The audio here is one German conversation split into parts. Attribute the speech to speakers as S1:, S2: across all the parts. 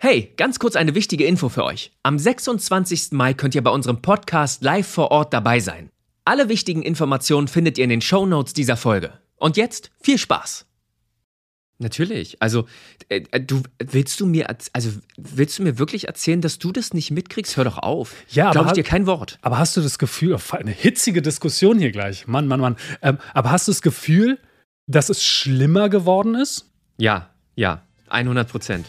S1: Hey, ganz kurz eine wichtige Info für euch. Am 26. Mai könnt ihr bei unserem Podcast live vor Ort dabei sein. Alle wichtigen Informationen findet ihr in den Shownotes dieser Folge. Und jetzt viel Spaß! Natürlich, also willst du mir wirklich erzählen, dass du das nicht mitkriegst? Hör doch auf.
S2: Ja,
S1: glaube ich dir kein Wort.
S2: Aber hast du das Gefühl, eine hitzige Diskussion hier gleich, Mann. Aber hast du das Gefühl, dass es schlimmer geworden ist?
S1: Ja, 100%.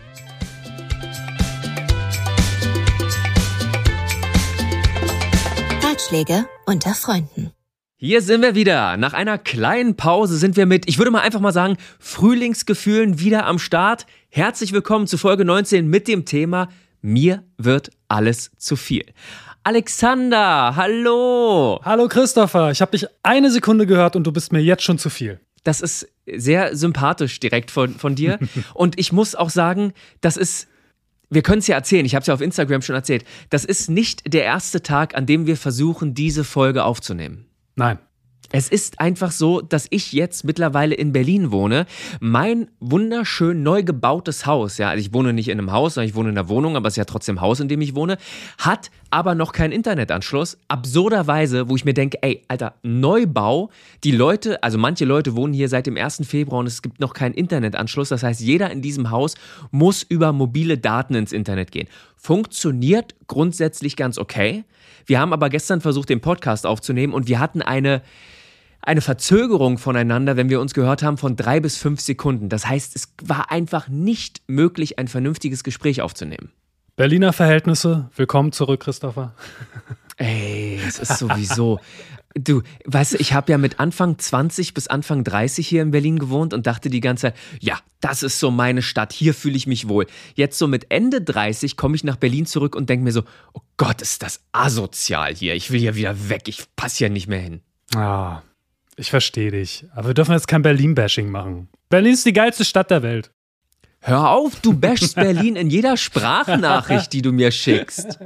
S3: Ratschläge unter Freunden.
S1: Hier sind wir wieder. Nach einer kleinen Pause sind wir mit, ich würde mal einfach mal sagen, Frühlingsgefühlen wieder am Start. Herzlich willkommen zu Folge 19 mit dem Thema Mir wird alles zu viel. Alexander, hallo.
S2: Hallo Christopher, ich habe dich eine Sekunde gehört und du bist mir jetzt schon zu viel.
S1: Das ist sehr sympathisch direkt von dir. Und ich muss auch sagen, wir können es ja erzählen, ich habe es ja auf Instagram schon erzählt, das ist nicht der erste Tag, an dem wir versuchen, diese Folge aufzunehmen.
S2: Nein.
S1: Es ist einfach so, dass ich jetzt mittlerweile in Berlin wohne. Mein wunderschön neu gebautes Haus, ja, also ich wohne nicht in einem Haus, sondern ich wohne in einer Wohnung, aber es ist ja trotzdem ein Haus, in dem ich wohne, hat aber noch keinen Internetanschluss. Absurderweise, wo ich mir denke, ey, Alter, Neubau, manche Leute wohnen hier seit dem 1. Februar und es gibt noch keinen Internetanschluss. Das heißt, jeder in diesem Haus muss über mobile Daten ins Internet gehen. Funktioniert grundsätzlich ganz okay. Wir haben aber gestern versucht, den Podcast aufzunehmen und wir hatten eine Verzögerung voneinander, wenn wir uns gehört haben, von 3 bis 5 Sekunden. Das heißt, es war einfach nicht möglich, ein vernünftiges Gespräch aufzunehmen.
S2: Berliner Verhältnisse, willkommen zurück, Christopher.
S1: Ey, es ist sowieso... Du, weißt du, ich habe ja mit Anfang 20 bis Anfang 30 hier in Berlin gewohnt und dachte die ganze Zeit, ja, das ist so meine Stadt, hier fühle ich mich wohl. Jetzt so mit Ende 30 komme ich nach Berlin zurück und denke mir so, oh Gott, ist das asozial hier, ich will hier wieder weg, ich passe hier nicht mehr hin.
S2: Ah, ich verstehe dich, aber wir dürfen jetzt kein Berlin-Bashing machen. Berlin ist die geilste Stadt der Welt.
S1: Hör auf, du bashst Berlin in jeder Sprachnachricht, die du mir schickst.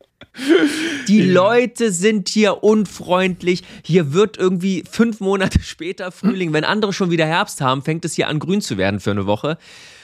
S1: Die Leute sind hier unfreundlich. Hier wird irgendwie 5 Monate später Frühling. Wenn andere schon wieder Herbst haben, fängt es hier an, grün zu werden für eine Woche.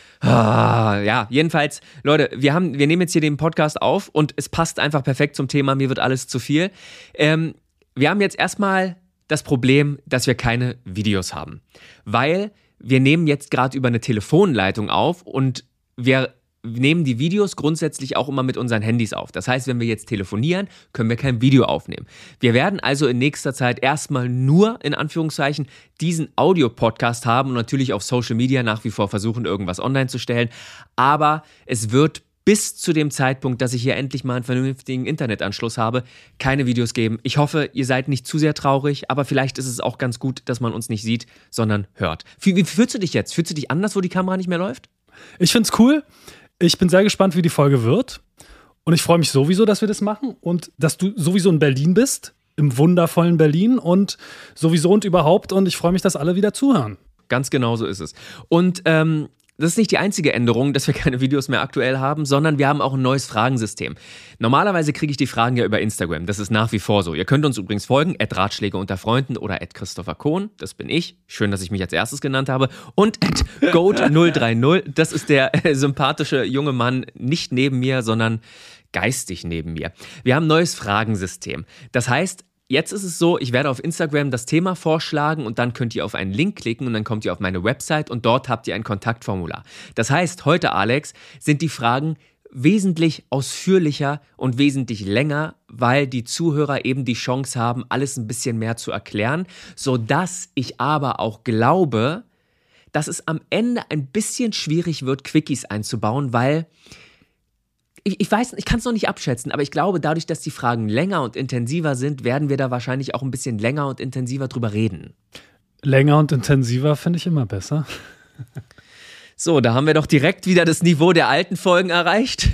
S1: Ja, jedenfalls, Leute, wir nehmen jetzt hier den Podcast auf und es passt einfach perfekt zum Thema, mir wird alles zu viel. Wir haben jetzt erstmal das Problem, dass wir keine Videos haben. Weil wir nehmen jetzt gerade über eine Telefonleitung auf und wir nehmen die Videos grundsätzlich auch immer mit unseren Handys auf. Das heißt, wenn wir jetzt telefonieren, können wir kein Video aufnehmen. Wir werden also in nächster Zeit erstmal nur, in Anführungszeichen, diesen Audio-Podcast haben und natürlich auf Social Media nach wie vor versuchen, irgendwas online zu stellen. Aber es wird bis zu dem Zeitpunkt, dass ich hier endlich mal einen vernünftigen Internetanschluss habe, keine Videos geben. Ich hoffe, ihr seid nicht zu sehr traurig, aber vielleicht ist es auch ganz gut, dass man uns nicht sieht, sondern hört. Wie fühlst du dich jetzt? Fühlst du dich anders, wo die Kamera nicht mehr läuft?
S2: Ich find's cool. Ich bin sehr gespannt, wie die Folge wird. Und ich freue mich sowieso, dass wir das machen und dass du sowieso in Berlin bist, im wundervollen Berlin und sowieso und überhaupt. Und ich freue mich, dass alle wieder zuhören.
S1: Ganz genau so ist es. Und das ist nicht die einzige Änderung, dass wir keine Videos mehr aktuell haben, sondern wir haben auch ein neues Fragensystem. Normalerweise kriege ich die Fragen ja über Instagram. Das ist nach wie vor so. Ihr könnt uns übrigens folgen, @Ratschläge unter Freunden oder @Christopher Kohn. Das bin ich. Schön, dass ich mich als erstes genannt habe. Und @Goat030. Das ist der sympathische junge Mann, nicht neben mir, sondern geistig neben mir. Wir haben ein neues Fragensystem. Das heißt, jetzt ist es so, ich werde auf Instagram das Thema vorschlagen und dann könnt ihr auf einen Link klicken und dann kommt ihr auf meine Website und dort habt ihr ein Kontaktformular. Das heißt, heute, Alex, sind die Fragen wesentlich ausführlicher und wesentlich länger, weil die Zuhörer eben die Chance haben, alles ein bisschen mehr zu erklären, sodass ich aber auch glaube, dass es am Ende ein bisschen schwierig wird, Quickies einzubauen, weil ich weiß, ich kann es noch nicht abschätzen, aber ich glaube, dadurch, dass die Fragen länger und intensiver sind, werden wir da wahrscheinlich auch ein bisschen länger und intensiver drüber reden.
S2: Länger und intensiver finde ich immer besser.
S1: So, da haben wir doch direkt wieder das Niveau der alten Folgen erreicht.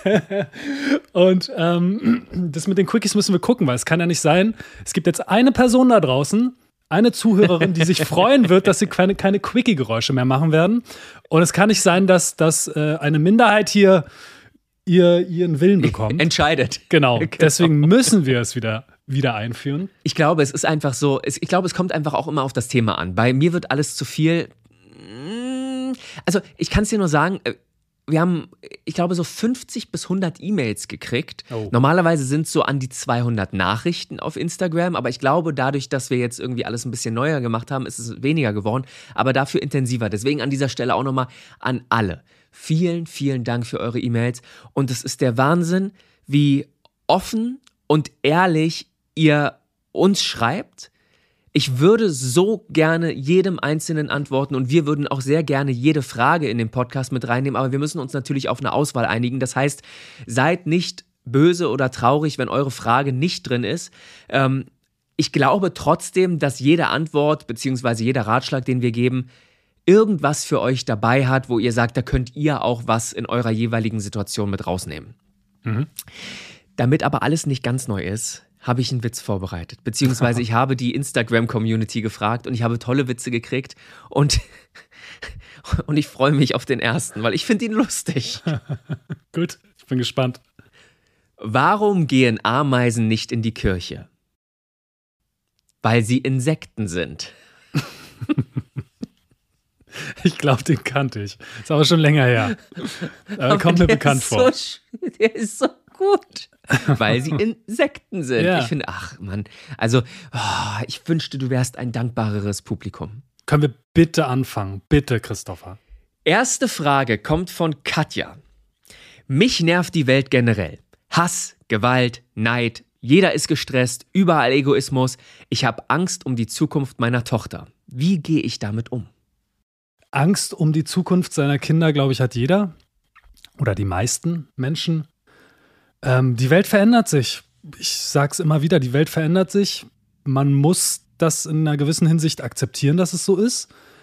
S2: Und das mit den Quickies müssen wir gucken, weil es kann ja nicht sein, es gibt jetzt eine Person da draußen, eine Zuhörerin, die sich freuen wird, dass sie keine Quickie-Geräusche mehr machen werden. Und es kann nicht sein, dass eine Minderheit hier ihren Willen bekommt.
S1: Entscheidet.
S2: Genau. Deswegen müssen wir es wieder einführen.
S1: Ich glaube, es ist einfach so, ich glaube, es kommt einfach auch immer auf das Thema an. Bei mir wird alles zu viel. Also, ich kann es dir nur sagen, ich glaube, so 50 bis 100 E-Mails gekriegt.
S2: Oh.
S1: Normalerweise sind es so an die 200 Nachrichten auf Instagram, aber ich glaube, dadurch, dass wir jetzt irgendwie alles ein bisschen neuer gemacht haben, ist es weniger geworden, aber dafür intensiver. Deswegen an dieser Stelle auch nochmal an alle. Vielen, vielen Dank für eure E-Mails und es ist der Wahnsinn, wie offen und ehrlich ihr uns schreibt. Ich würde so gerne jedem Einzelnen antworten und wir würden auch sehr gerne jede Frage in den Podcast mit reinnehmen, aber wir müssen uns natürlich auf eine Auswahl einigen. Das heißt, seid nicht böse oder traurig, wenn eure Frage nicht drin ist. Ich glaube trotzdem, dass jede Antwort bzw. jeder Ratschlag, den wir geben, irgendwas für euch dabei hat, wo ihr sagt, da könnt ihr auch was in eurer jeweiligen Situation mit rausnehmen. Mhm. Damit aber alles nicht ganz neu ist, habe ich einen Witz vorbereitet. Beziehungsweise ich habe die Instagram-Community gefragt und ich habe tolle Witze gekriegt und ich freue mich auf den ersten, weil ich finde ihn lustig.
S2: Gut, ich bin gespannt.
S1: Warum gehen Ameisen nicht in die Kirche? Weil sie Insekten sind.
S2: Ich glaube, den kannte ich. Ist aber schon länger her. Kommt mir bekannt vor.
S1: Der ist so gut. Weil sie Insekten sind.
S2: Ja.
S1: Ich finde, ach Mann, also ich wünschte, du wärst ein dankbareres Publikum.
S2: Können wir bitte anfangen? Bitte, Christopher.
S1: Erste Frage kommt von Katja. Mich nervt die Welt generell. Hass, Gewalt, Neid, jeder ist gestresst, überall Egoismus. Ich habe Angst um die Zukunft meiner Tochter. Wie gehe ich damit um?
S2: Angst um die Zukunft seiner Kinder, glaube ich, hat jeder. Oder die meisten Menschen. Die Welt verändert sich. Ich sage es immer wieder, die Welt verändert sich. Man muss das in einer gewissen Hinsicht akzeptieren, dass es so ist.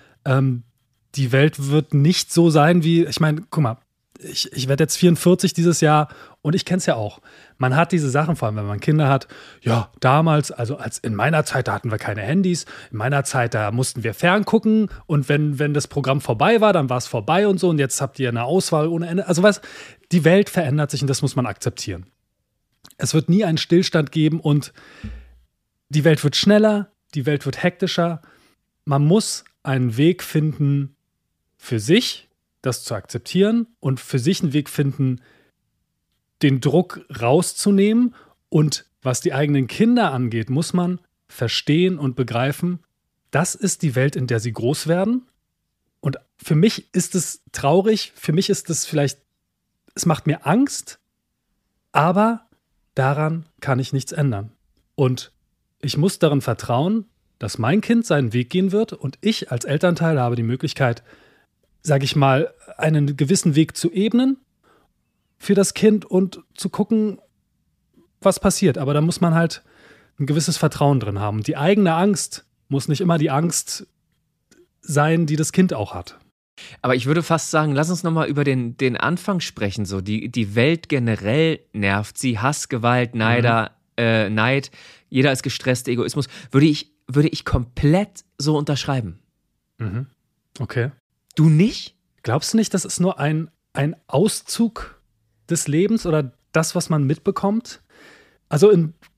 S2: Die Welt wird nicht so sein wie, ich meine, guck mal, ich werde jetzt 44 dieses Jahr und ich kenne es ja auch. Man hat diese Sachen, vor allem wenn man Kinder hat, ja, damals, also als in meiner Zeit, da hatten wir keine Handys, in meiner Zeit, da mussten wir ferngucken und wenn das Programm vorbei war, dann war es vorbei und so und jetzt habt ihr eine Auswahl ohne Ende. Also die Welt verändert sich und das muss man akzeptieren. Es wird nie einen Stillstand geben und die Welt wird schneller, die Welt wird hektischer. Man muss einen Weg finden für sich, das zu akzeptieren und für sich einen Weg finden, den Druck rauszunehmen. Und was die eigenen Kinder angeht, muss man verstehen und begreifen, das ist die Welt, in der sie groß werden. Und für mich ist es traurig, für mich ist es vielleicht, es macht mir Angst, aber daran kann ich nichts ändern. Und ich muss darin vertrauen, dass mein Kind seinen Weg gehen wird und ich als Elternteil habe die Möglichkeit, sage ich mal, einen gewissen Weg zu ebnen für das Kind und zu gucken, was passiert. Aber da muss man halt ein gewisses Vertrauen drin haben. Die eigene Angst muss nicht immer die Angst sein, die das Kind auch hat.
S1: Aber ich würde fast sagen, lass uns nochmal über den Anfang sprechen. So. Die Welt generell nervt sie. Hass, Gewalt, Neid, jeder ist gestresst, Egoismus. Würde ich komplett so unterschreiben.
S2: Mhm. Okay.
S1: Du nicht?
S2: Glaubst du nicht, das ist nur ein Auszug des Lebens oder das, was man mitbekommt? Also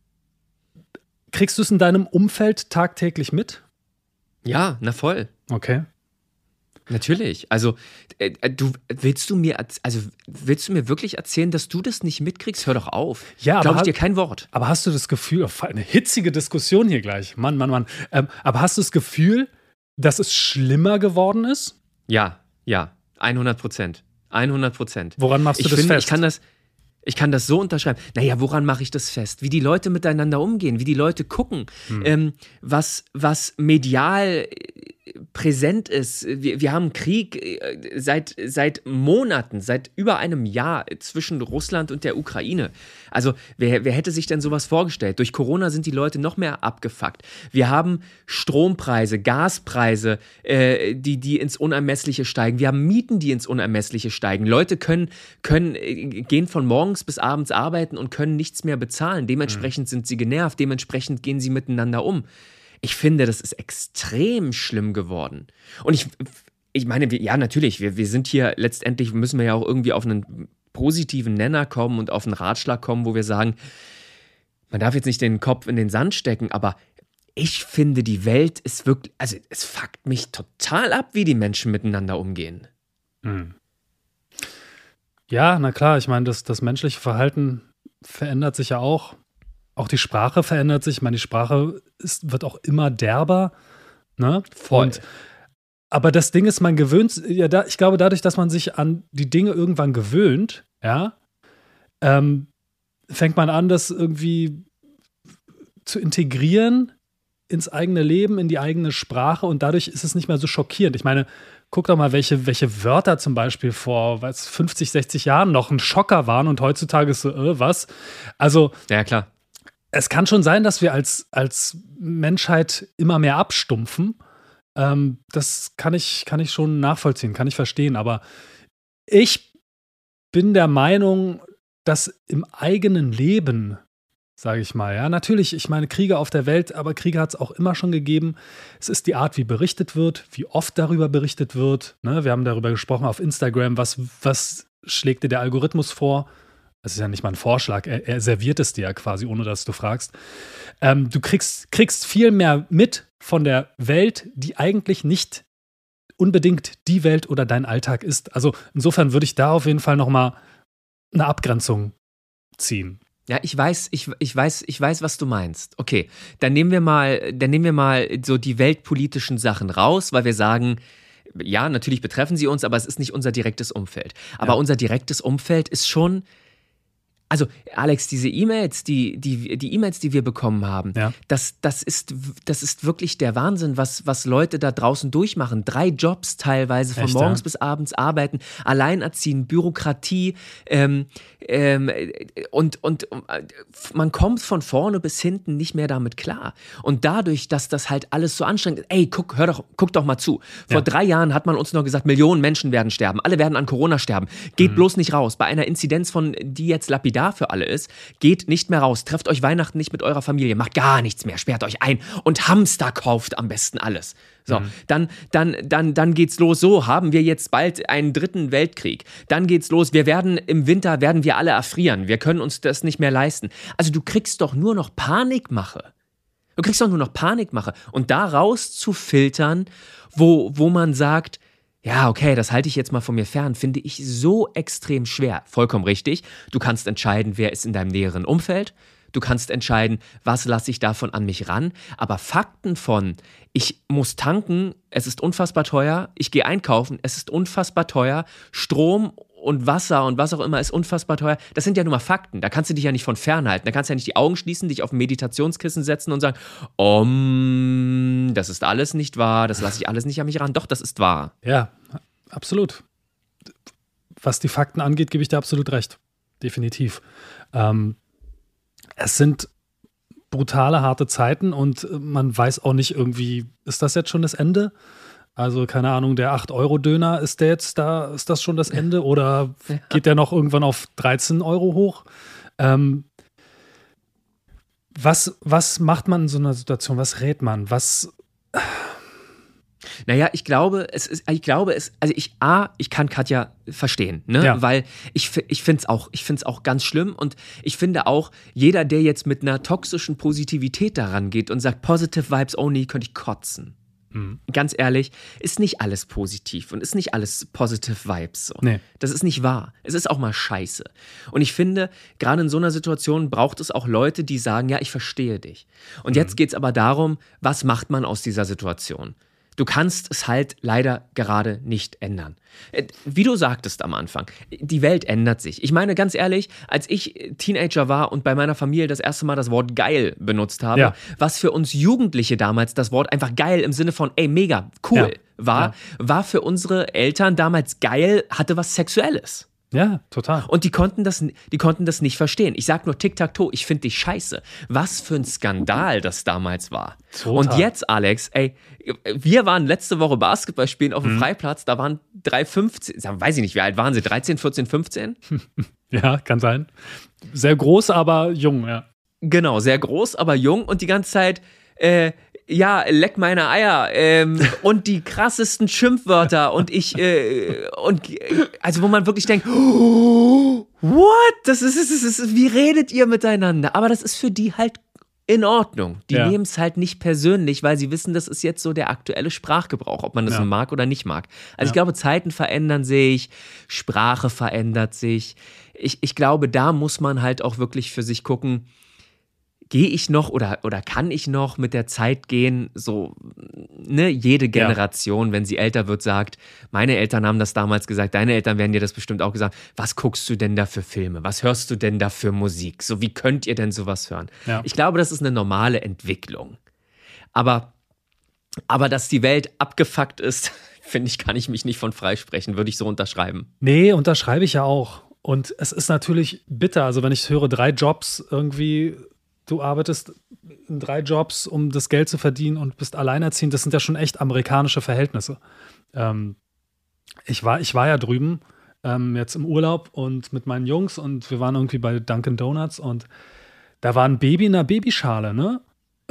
S2: kriegst du es in deinem Umfeld tagtäglich mit?
S1: Ja, na voll.
S2: Okay.
S1: Natürlich. Also, willst du mir wirklich erzählen, dass du das nicht mitkriegst? Hör doch auf.
S2: Ja,
S1: glaube ich dir kein Wort.
S2: Aber hast du das Gefühl, eine hitzige Diskussion hier gleich, Mann. Aber hast du das Gefühl, dass es schlimmer geworden ist?
S1: Ja, 100%. 100%.
S2: Woran machst du das fest?
S1: Ich kann das so unterschreiben. Naja, woran mache ich das fest? Wie die Leute miteinander umgehen, wie die Leute gucken, was medial präsent ist. Wir haben Krieg seit Monaten, seit über einem Jahr zwischen Russland und der Ukraine. Also wer hätte sich denn sowas vorgestellt? Durch Corona sind die Leute noch mehr abgefuckt. Wir haben Strompreise, Gaspreise, die ins Unermessliche steigen. Wir haben Mieten, die ins Unermessliche steigen. Leute gehen von morgens bis abends arbeiten und können nichts mehr bezahlen. Dementsprechend sind sie genervt. Dementsprechend gehen sie miteinander um. Ich finde, das ist extrem schlimm geworden. Und ich meine, ja, natürlich, wir sind hier, letztendlich müssen wir ja auch irgendwie auf einen positiven Nenner kommen und auf einen Ratschlag kommen, wo wir sagen, man darf jetzt nicht den Kopf in den Sand stecken, aber ich finde, die Welt ist wirklich, also es fuckt mich total ab, wie die Menschen miteinander umgehen.
S2: Ja, na klar, ich meine, das menschliche Verhalten verändert sich ja auch. Auch die Sprache verändert sich. Ich meine, die Sprache wird auch immer derber. Ne?
S1: Voll.
S2: Aber das Ding ist, man gewöhnt, ja, ich glaube, dadurch, dass man sich an die Dinge irgendwann gewöhnt, ja, fängt man an, das irgendwie zu integrieren ins eigene Leben, in die eigene Sprache und dadurch ist es nicht mehr so schockierend. Ich meine, guck doch mal, welche Wörter zum Beispiel vor 50, 60 Jahren noch ein Schocker waren und heutzutage ist so, was? Also,
S1: ja, klar.
S2: Es kann schon sein, dass wir als Menschheit immer mehr abstumpfen. Das kann ich schon nachvollziehen, kann ich verstehen. Aber ich bin der Meinung, dass im eigenen Leben, sage ich mal, ja, natürlich, ich meine Kriege auf der Welt, aber Kriege hat es auch immer schon gegeben. Es ist die Art, wie berichtet wird, wie oft darüber berichtet wird. Ne? Wir haben darüber gesprochen auf Instagram, was schlägt dir der Algorithmus vor? Das ist ja nicht mal ein Vorschlag, er serviert es dir ja quasi, ohne dass du fragst. Du kriegst viel mehr mit von der Welt, die eigentlich nicht unbedingt die Welt oder dein Alltag ist. Also insofern würde ich da auf jeden Fall nochmal eine Abgrenzung ziehen.
S1: Ja, ich weiß, was du meinst. Okay, dann nehmen wir mal so die weltpolitischen Sachen raus, weil wir sagen, ja, natürlich betreffen sie uns, aber es ist nicht unser direktes Umfeld. Aber unser direktes Umfeld ist schon. Also, Alex, diese E-Mails, die E-Mails, die wir bekommen haben, das ist wirklich der Wahnsinn, was Leute da draußen durchmachen. 3 Jobs teilweise, von morgens bis abends arbeiten, alleinerziehen, Bürokratie, und man kommt von vorne bis hinten nicht mehr damit klar. Und dadurch, dass das halt alles so anstrengend ist, ey, guck doch mal zu. Vor 3 Jahren hat man uns noch gesagt, Millionen Menschen werden sterben, alle werden an Corona sterben. Geht bloß nicht raus. Bei einer Inzidenz die jetzt lapidar für alle ist, geht nicht mehr raus, trefft euch Weihnachten nicht mit eurer Familie, macht gar nichts mehr, sperrt euch ein und Hamster kauft am besten alles. So, dann geht's los, so haben wir jetzt bald einen 3. Weltkrieg. Dann geht's los, im Winter werden wir alle erfrieren, wir können uns das nicht mehr leisten. Also du kriegst doch nur noch Panikmache. Und da raus zu filtern, wo man sagt, ja, okay, das halte ich jetzt mal von mir fern, finde ich so extrem schwer. Vollkommen richtig. Du kannst entscheiden, wer ist in deinem näheren Umfeld. Du kannst entscheiden, was lasse ich davon an mich ran. Aber Fakten von, ich muss tanken, es ist unfassbar teuer, ich gehe einkaufen, es ist unfassbar teuer, Strom und Wasser und was auch immer ist unfassbar teuer. Das sind ja nur mal Fakten. Da kannst du dich ja nicht von fernhalten. Da kannst du ja nicht die Augen schließen, dich auf ein Meditationskissen setzen und sagen, das ist alles nicht wahr, das lasse ich alles nicht an mich ran. Doch, das ist wahr.
S2: Ja, absolut. Was die Fakten angeht, gebe ich dir absolut recht. Definitiv. Es sind brutale, harte Zeiten und man weiß auch nicht irgendwie, ist das jetzt schon das Ende? Also, keine Ahnung, der 8-Euro-Döner, ist das schon das Ende? Oder geht der noch irgendwann auf 13 Euro hoch? Was macht man in so einer Situation? Was rät man?
S1: Naja, ich kann Katja verstehen, ne?
S2: Ja.
S1: Weil ich finde es auch ganz schlimm und ich finde auch, jeder, der jetzt mit einer toxischen Positivität daran geht und sagt, positive vibes only, könnte ich kotzen. Ganz ehrlich, ist nicht alles positiv und ist nicht alles positive Vibes. So.
S2: Nee.
S1: Das ist nicht wahr. Es ist auch mal scheiße. Und ich finde, gerade in so einer Situation braucht es auch Leute, die sagen, ja, ich verstehe dich. Und jetzt geht es aber darum, was macht man aus dieser Situation? Du kannst es halt leider gerade nicht ändern. Wie du sagtest am Anfang, die Welt ändert sich. Ich meine, ganz ehrlich, als ich Teenager war und bei meiner Familie das erste Mal das Wort geil benutzt habe, was für uns Jugendliche damals das Wort einfach geil im Sinne von, ey, mega, cool war für unsere Eltern damals geil, hatte was Sexuelles.
S2: Ja, total.
S1: Und die konnten das nicht verstehen. Ich sag nur Tic-Tac-Toe, ich finde dich scheiße. Was für ein Skandal das damals war.
S2: Total.
S1: Und jetzt, Alex, ey, wir waren letzte Woche Basketball spielen auf dem Freiplatz, da waren 15, weiß ich nicht, wie alt waren sie? 13, 14, 15?
S2: Ja, kann sein. Sehr groß, aber jung, ja.
S1: Genau, sehr groß, aber jung und die ganze Zeit, ja, leck meine Eier und die krassesten Schimpfwörter und also wo man wirklich denkt, oh, what? Das ist, wie redet ihr miteinander? Aber das ist für die halt in Ordnung. Die
S2: Ja.
S1: nehmen es halt nicht persönlich, weil sie wissen, das ist jetzt so der aktuelle Sprachgebrauch, ob man das
S2: Ja.
S1: nun mag oder nicht mag. Also
S2: Ja.
S1: ich glaube, Zeiten verändern sich, Sprache verändert sich. Ich glaube, da muss man halt auch wirklich für sich gucken, gehe ich noch oder kann ich noch mit der Zeit gehen? So, ne, jede Generation, wenn sie älter wird, sagt, meine Eltern haben das damals gesagt, deine Eltern werden dir das bestimmt auch gesagt, was guckst du denn da für Filme? Was hörst du denn da für Musik? So, wie könnt ihr denn sowas hören?
S2: Ja.
S1: Ich glaube, das ist eine normale Entwicklung. Aber dass die Welt abgefuckt ist, finde ich, kann ich mich nicht von freisprechen, würde ich so unterschreiben.
S2: Nee, unterschreibe ich ja auch. Und es ist natürlich bitter. Also wenn ich höre, 3 Jobs irgendwie, du arbeitest in 3 Jobs, um das Geld zu verdienen und bist alleinerziehend, das sind ja schon echt amerikanische Verhältnisse. Ich war ja drüben jetzt im Urlaub und mit meinen Jungs und wir waren irgendwie bei Dunkin' Donuts und da war ein Baby in einer Babyschale, ne?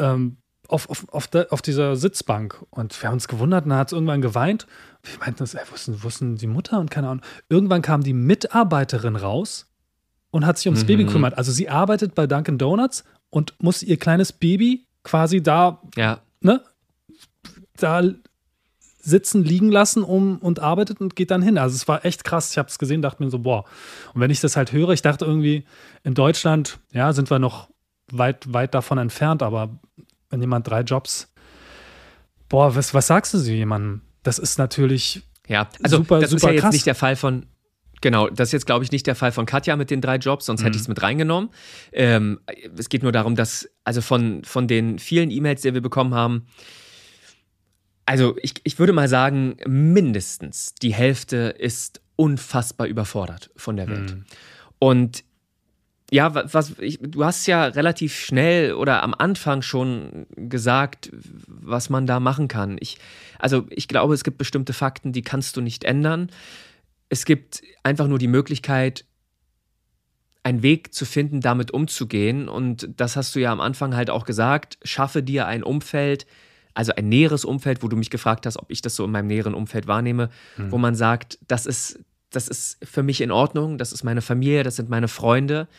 S2: Auf dieser Sitzbank. Und wir haben uns gewundert und dann hat es irgendwann geweint. Wir meinten, wo ist denn die Mutter? Und keine Ahnung. Irgendwann kam die Mitarbeiterin raus und hat sich ums Baby gekümmert. Also sie arbeitet bei Dunkin' Donuts und muss ihr kleines Baby quasi da,
S1: Ja.
S2: ne, da sitzen, liegen lassen und arbeitet und geht dann hin. Also es war echt krass. Ich habe es gesehen, dachte mir so, boah. Und wenn ich das halt höre, ich dachte irgendwie, in Deutschland, ja, sind wir noch weit davon entfernt, aber wenn jemand 3 Jobs, boah, was sagst du so jemandem? Das ist natürlich
S1: Ja, also
S2: super,
S1: das ist
S2: super
S1: ja jetzt
S2: krass.
S1: nicht der Fall von, genau, das ist jetzt, glaube ich, nicht der Fall von Katja mit den 3 Jobs, sonst hätte ich es mit reingenommen. Es geht nur darum, dass, also von den vielen E-Mails, die wir bekommen haben, also ich würde mal sagen, mindestens die Hälfte ist unfassbar überfordert von der Welt. Und ja, du hast ja relativ schnell oder am Anfang schon gesagt, was man da machen kann. Ich glaube, es gibt bestimmte Fakten, die kannst du nicht ändern. Es gibt einfach nur die Möglichkeit, einen Weg zu finden, damit umzugehen. Und das hast du ja am Anfang halt auch gesagt. Schaffe dir ein Umfeld, also ein näheres Umfeld, wo du mich gefragt hast, ob ich das so in meinem näheren Umfeld wahrnehme, wo man sagt, das ist für mich in Ordnung, das ist meine Familie, das sind meine Freunde.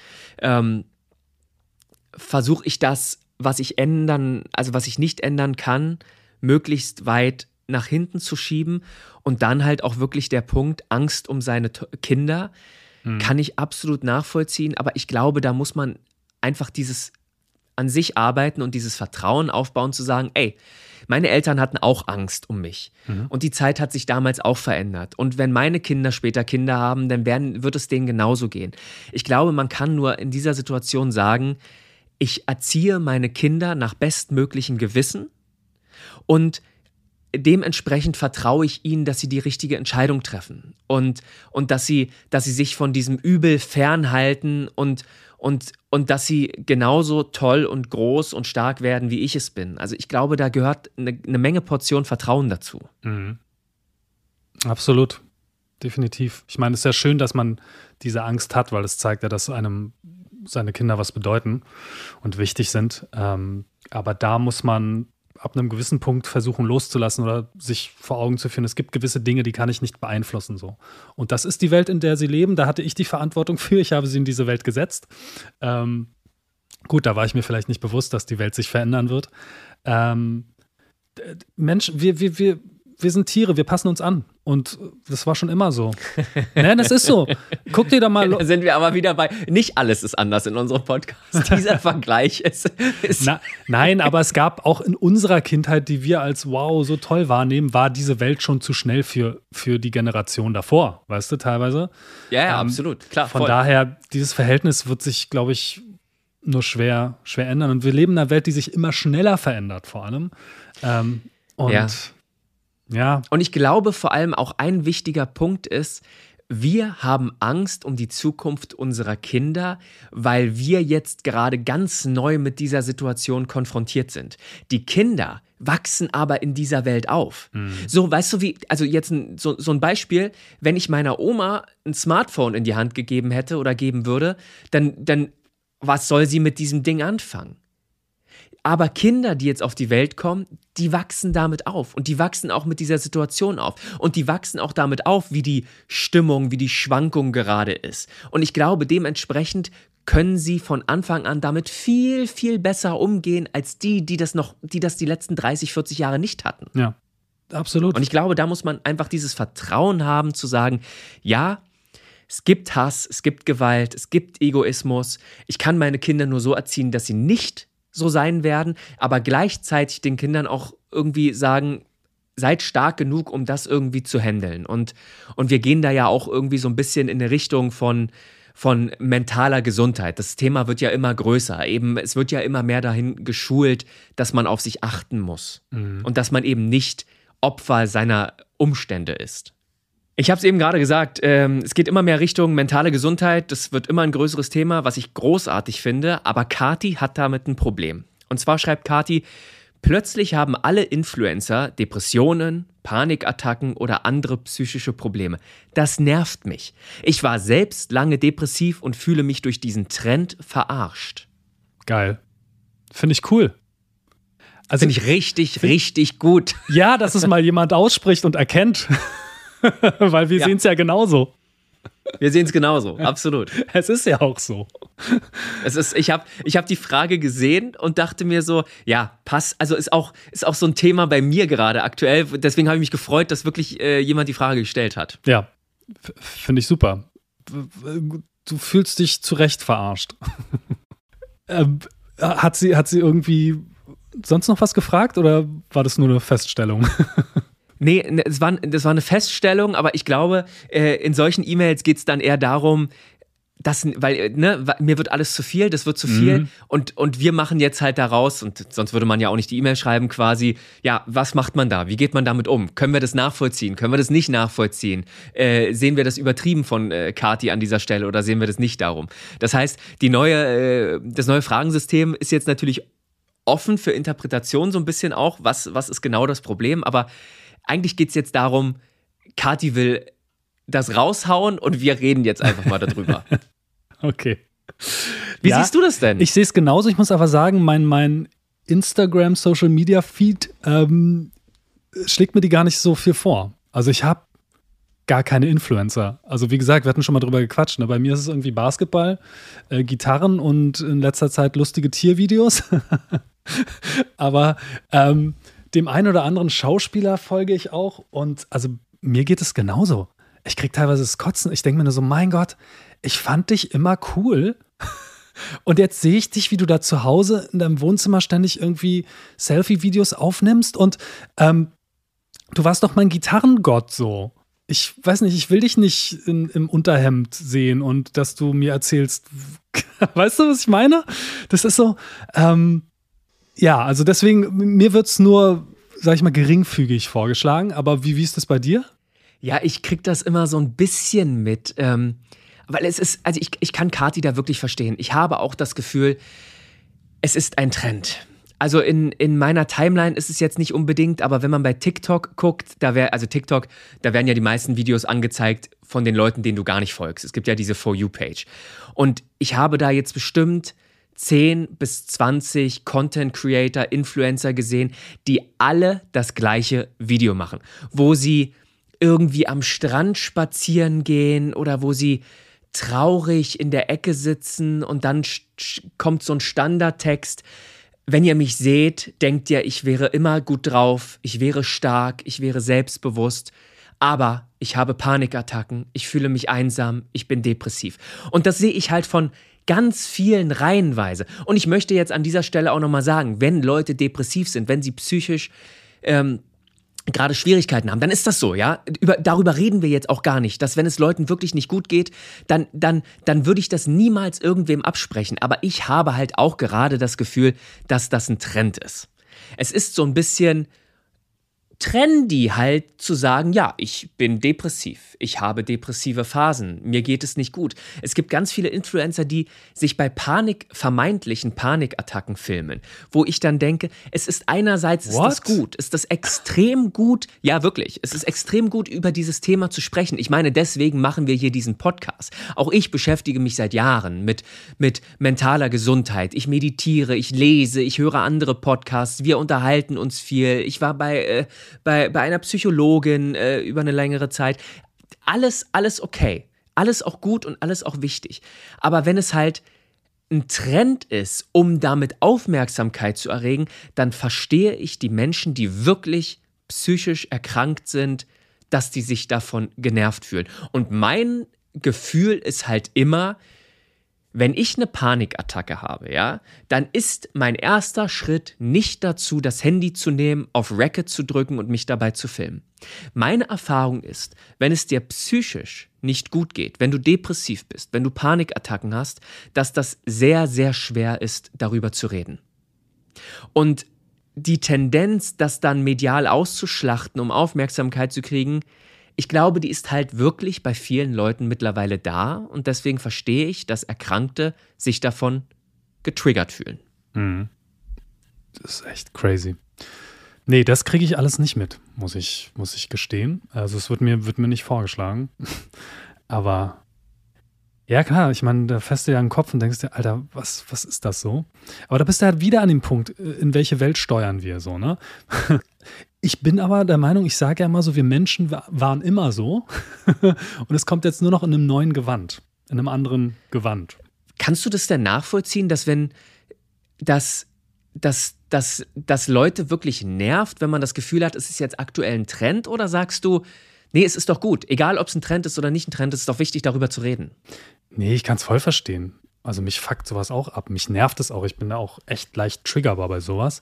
S1: Versuche ich das, was ich nicht ändern kann, möglichst weit nach hinten zu schieben. Und dann halt auch wirklich der Punkt, Angst um seine Kinder, kann ich absolut nachvollziehen. Aber ich glaube, da muss man einfach dieses an sich arbeiten und dieses Vertrauen aufbauen, zu sagen, ey, meine Eltern hatten auch Angst um mich. Und die Zeit hat sich damals auch verändert. Und wenn meine Kinder später Kinder haben, dann wird es denen genauso gehen. Ich glaube, man kann nur in dieser Situation sagen, ich erziehe meine Kinder nach bestmöglichem Gewissen und dementsprechend vertraue ich ihnen, dass sie die richtige Entscheidung treffen und dass sie sich von diesem Übel fernhalten und dass sie genauso toll und groß und stark werden, wie ich es bin. Also ich glaube, da gehört eine Menge Portion Vertrauen dazu.
S2: Absolut, definitiv. Ich meine, es ist ja schön, dass man diese Angst hat, weil es zeigt ja, dass einem seine Kinder was bedeuten und wichtig sind. Aber da muss man ab einem gewissen Punkt versuchen loszulassen oder sich vor Augen zu führen, es gibt gewisse Dinge, die kann ich nicht beeinflussen. So. Und das ist die Welt, in der sie leben. Da hatte ich die Verantwortung für. Ich habe sie in diese Welt gesetzt. Gut, da war ich mir vielleicht nicht bewusst, dass die Welt sich verändern wird. Mensch, wir sind Tiere, wir passen uns an. Und das war schon immer so. Nein, das ist so. Guck dir da mal.
S1: Da sind wir aber wieder bei, nicht alles ist anders in unserem Podcast. Dieser Vergleich ist
S2: Nein, aber es gab auch in unserer Kindheit, die wir als wow, so toll wahrnehmen, war diese Welt schon zu schnell für die Generation davor, weißt du, teilweise.
S1: Ja, absolut, klar.
S2: Von daher, dieses Verhältnis wird sich, glaube ich, nur schwer ändern. Und wir leben in einer Welt, die sich immer schneller verändert, vor allem. Ja.
S1: Und ich glaube vor allem auch ein wichtiger Punkt ist, wir haben Angst um die Zukunft unserer Kinder, weil wir jetzt gerade ganz neu mit dieser Situation konfrontiert sind. Die Kinder wachsen aber in dieser Welt auf. So, weißt du, also jetzt so ein Beispiel, wenn ich meiner Oma ein Smartphone in die Hand gegeben hätte oder geben würde, dann was soll sie mit diesem Ding anfangen? Aber Kinder, die jetzt auf die Welt kommen, die wachsen damit auf. Und die wachsen auch mit dieser Situation auf. Und die wachsen auch damit auf, wie die Stimmung, wie die Schwankung gerade ist. Und ich glaube, dementsprechend können sie von Anfang an damit viel, viel besser umgehen, als die das die letzten 30, 40 Jahre nicht hatten.
S2: Ja, absolut.
S1: Und ich glaube, da muss man einfach dieses Vertrauen haben, zu sagen, ja, es gibt Hass, es gibt Gewalt, es gibt Egoismus. Ich kann meine Kinder nur so erziehen, dass sie nicht so sein werden, aber gleichzeitig den Kindern auch irgendwie sagen, seid stark genug, um das irgendwie zu handeln. Und wir gehen da ja auch irgendwie so ein bisschen in eine Richtung von mentaler Gesundheit. Das Thema wird ja immer größer. Es wird ja immer mehr dahin geschult, dass man auf sich achten muss. Und dass man eben nicht Opfer seiner Umstände ist. Ich habe es eben gerade gesagt, es geht immer mehr Richtung mentale Gesundheit. Das wird immer ein größeres Thema, was ich großartig finde. Aber Kati hat damit ein Problem. Und zwar schreibt Kati, plötzlich haben alle Influencer Depressionen, Panikattacken oder andere psychische Probleme. Das nervt mich. Ich war selbst lange depressiv und fühle mich durch diesen Trend verarscht.
S2: Geil. Finde ich cool. Also,
S1: finde ich richtig gut.
S2: Ja, dass es mal jemand ausspricht und erkennt. Weil wir sehen es ja genauso.
S1: Wir sehen es genauso, absolut.
S2: Es ist ja auch so.
S1: Ich hab die Frage gesehen und dachte mir so, ja, passt. Also ist auch so ein Thema bei mir gerade aktuell. Deswegen habe ich mich gefreut, dass wirklich jemand die Frage gestellt hat.
S2: Ja, finde ich super. Du fühlst dich zu Recht verarscht. Hat sie irgendwie sonst noch was gefragt oder war das nur eine Feststellung?
S1: Nee, das war eine Feststellung, aber ich glaube, in solchen E-Mails geht es dann eher darum, weil mir wird alles zu viel, das wird zu viel und wir machen jetzt halt daraus, und sonst würde man ja auch nicht die E-Mail schreiben quasi, ja, was macht man da? Wie geht man damit um? Können wir das nachvollziehen? Können wir das nicht nachvollziehen? Sehen wir das übertrieben von Kati an dieser Stelle oder sehen wir das nicht darum? Das heißt, das neue Fragensystem ist jetzt natürlich offen für Interpretation so ein bisschen auch, was ist genau das Problem, aber eigentlich geht es jetzt darum, Kati will das raushauen und wir reden jetzt einfach mal darüber.
S2: Okay.
S1: Wie siehst du das denn?
S2: Ich sehe es genauso. Ich muss aber sagen, mein Instagram-Social-Media-Feed schlägt mir die gar nicht so viel vor. Also ich habe gar keine Influencer. Also wie gesagt, wir hatten schon mal drüber gequatscht. Ne? Bei mir ist es irgendwie Basketball, Gitarren und in letzter Zeit lustige Tiervideos. Aber dem einen oder anderen Schauspieler folge ich auch und also mir geht es genauso. Ich kriege teilweise das Kotzen. Ich denke mir nur so, mein Gott, ich fand dich immer cool und jetzt sehe ich dich, wie du da zu Hause in deinem Wohnzimmer ständig irgendwie Selfie-Videos aufnimmst und du warst doch mein Gitarrengott so. Ich weiß nicht, ich will dich nicht im Unterhemd sehen und dass du mir erzählst, weißt du, was ich meine? Das ist so, ja, also deswegen, mir wird es nur, sag ich mal, geringfügig vorgeschlagen, aber wie ist das bei dir?
S1: Ja, ich krieg das immer so ein bisschen mit, weil es ist, also ich kann Kati da wirklich verstehen. Ich habe auch das Gefühl, es ist ein Trend. Also in meiner Timeline ist es jetzt nicht unbedingt, aber wenn man bei TikTok guckt, da werden ja die meisten Videos angezeigt von den Leuten, denen du gar nicht folgst. Es gibt ja diese For You-Page. Und ich habe da jetzt bestimmt 10 bis 20 Content-Creator, Influencer gesehen, die alle das gleiche Video machen, wo sie irgendwie am Strand spazieren gehen oder wo sie traurig in der Ecke sitzen und dann kommt so ein Standardtext: Wenn ihr mich seht, denkt ihr, ich wäre immer gut drauf, ich wäre stark, ich wäre selbstbewusst, aber ich habe Panikattacken, ich fühle mich einsam, ich bin depressiv. Und das sehe ich halt von ganz vielen reihenweise. Und ich möchte jetzt an dieser Stelle auch nochmal sagen, wenn Leute depressiv sind, wenn sie psychisch gerade Schwierigkeiten haben, dann ist das so, ja. Darüber reden wir jetzt auch gar nicht, dass wenn es Leuten wirklich nicht gut geht, dann würde ich das niemals irgendwem absprechen. Aber ich habe halt auch gerade das Gefühl, dass das ein Trend ist. Es ist so ein bisschen trendy halt zu sagen, ja, ich bin depressiv, ich habe depressive Phasen, mir geht es nicht gut. Es gibt ganz viele Influencer, die sich bei vermeintlichen Panikattacken filmen, wo ich dann denke, es ist einerseits ist das gut, ist das extrem gut, ja wirklich, es ist extrem gut, über dieses Thema zu sprechen. Ich meine, deswegen machen wir hier diesen Podcast. Auch ich beschäftige mich seit Jahren mit mentaler Gesundheit. Ich meditiere, ich lese, ich höre andere Podcasts, wir unterhalten uns viel. Ich war bei einer Psychologin über eine längere Zeit. Alles okay. Alles auch gut und alles auch wichtig. Aber wenn es halt ein Trend ist, um damit Aufmerksamkeit zu erregen, dann verstehe ich die Menschen, die wirklich psychisch erkrankt sind, dass die sich davon genervt fühlen. Und mein Gefühl ist halt immer, wenn ich eine Panikattacke habe, ja, dann ist mein erster Schritt nicht dazu, das Handy zu nehmen, auf Record zu drücken und mich dabei zu filmen. Meine Erfahrung ist, wenn es dir psychisch nicht gut geht, wenn du depressiv bist, wenn du Panikattacken hast, dass das sehr, sehr schwer ist, darüber zu reden. Und die Tendenz, das dann medial auszuschlachten, um Aufmerksamkeit zu kriegen, ich glaube, die ist halt wirklich bei vielen Leuten mittlerweile da und deswegen verstehe ich, dass Erkrankte sich davon getriggert fühlen.
S2: Mhm. Das ist echt crazy. Nee, das kriege ich alles nicht mit, muss ich gestehen. Also es wird mir nicht vorgeschlagen. Aber ja klar, ich meine, da fährst du ja an den Kopf und denkst dir, Alter, was ist das so? Aber da bist du halt wieder an dem Punkt, in welche Welt steuern wir so, ne? Ich bin aber der Meinung, ich sage ja immer so, wir Menschen waren immer so und es kommt jetzt nur noch in einem neuen Gewand, in einem anderen Gewand.
S1: Kannst du das denn nachvollziehen, dass wenn das Leute wirklich nervt, wenn man das Gefühl hat, es ist jetzt aktuell ein Trend, oder sagst du, nee, es ist doch gut, egal ob es ein Trend ist oder nicht ein Trend, es ist doch wichtig, darüber zu reden?
S2: Nee, ich kann es voll verstehen. Also mich fuckt sowas auch ab, mich nervt es auch, ich bin da auch echt leicht triggerbar bei sowas.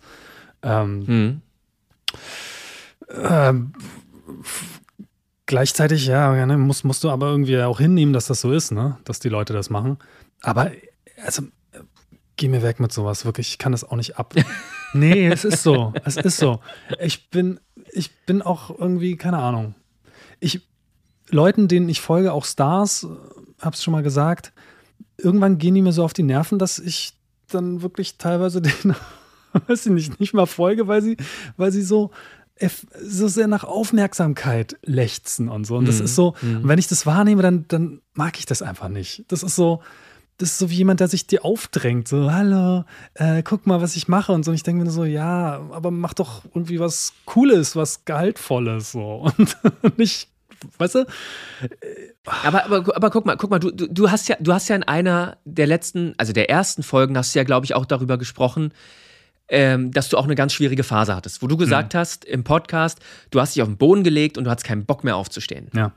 S2: Gleichzeitig, ja, ne, musst du aber irgendwie auch hinnehmen, dass das so ist, ne? Dass die Leute das machen. Aber, also, geh mir weg mit sowas, wirklich, ich kann das auch nicht ab. Nee, es ist so. Ich bin auch irgendwie, keine Ahnung. Leuten, denen ich folge, auch Stars, hab's schon mal gesagt, irgendwann gehen die mir so auf die Nerven, dass ich dann wirklich teilweise denen, weiß ich nicht mal folge, weil sie so sehr nach Aufmerksamkeit lechzen und so. Und das ist so, und wenn ich das wahrnehme, dann mag ich das einfach nicht. Das ist so wie jemand, der sich dir aufdrängt. So, hallo, guck mal, was ich mache. Und so. Und ich denke mir so, ja, aber mach doch irgendwie was Cooles, was Gehaltvolles. So. Und nicht, weißt du?
S1: Aber guck mal, du hast ja in einer der letzten, also der ersten Folgen, hast du ja, glaube ich, auch darüber gesprochen, dass du auch eine ganz schwierige Phase hattest, wo du gesagt hast im Podcast, du hast dich auf den Boden gelegt und du hattest keinen Bock mehr aufzustehen.
S2: Ja.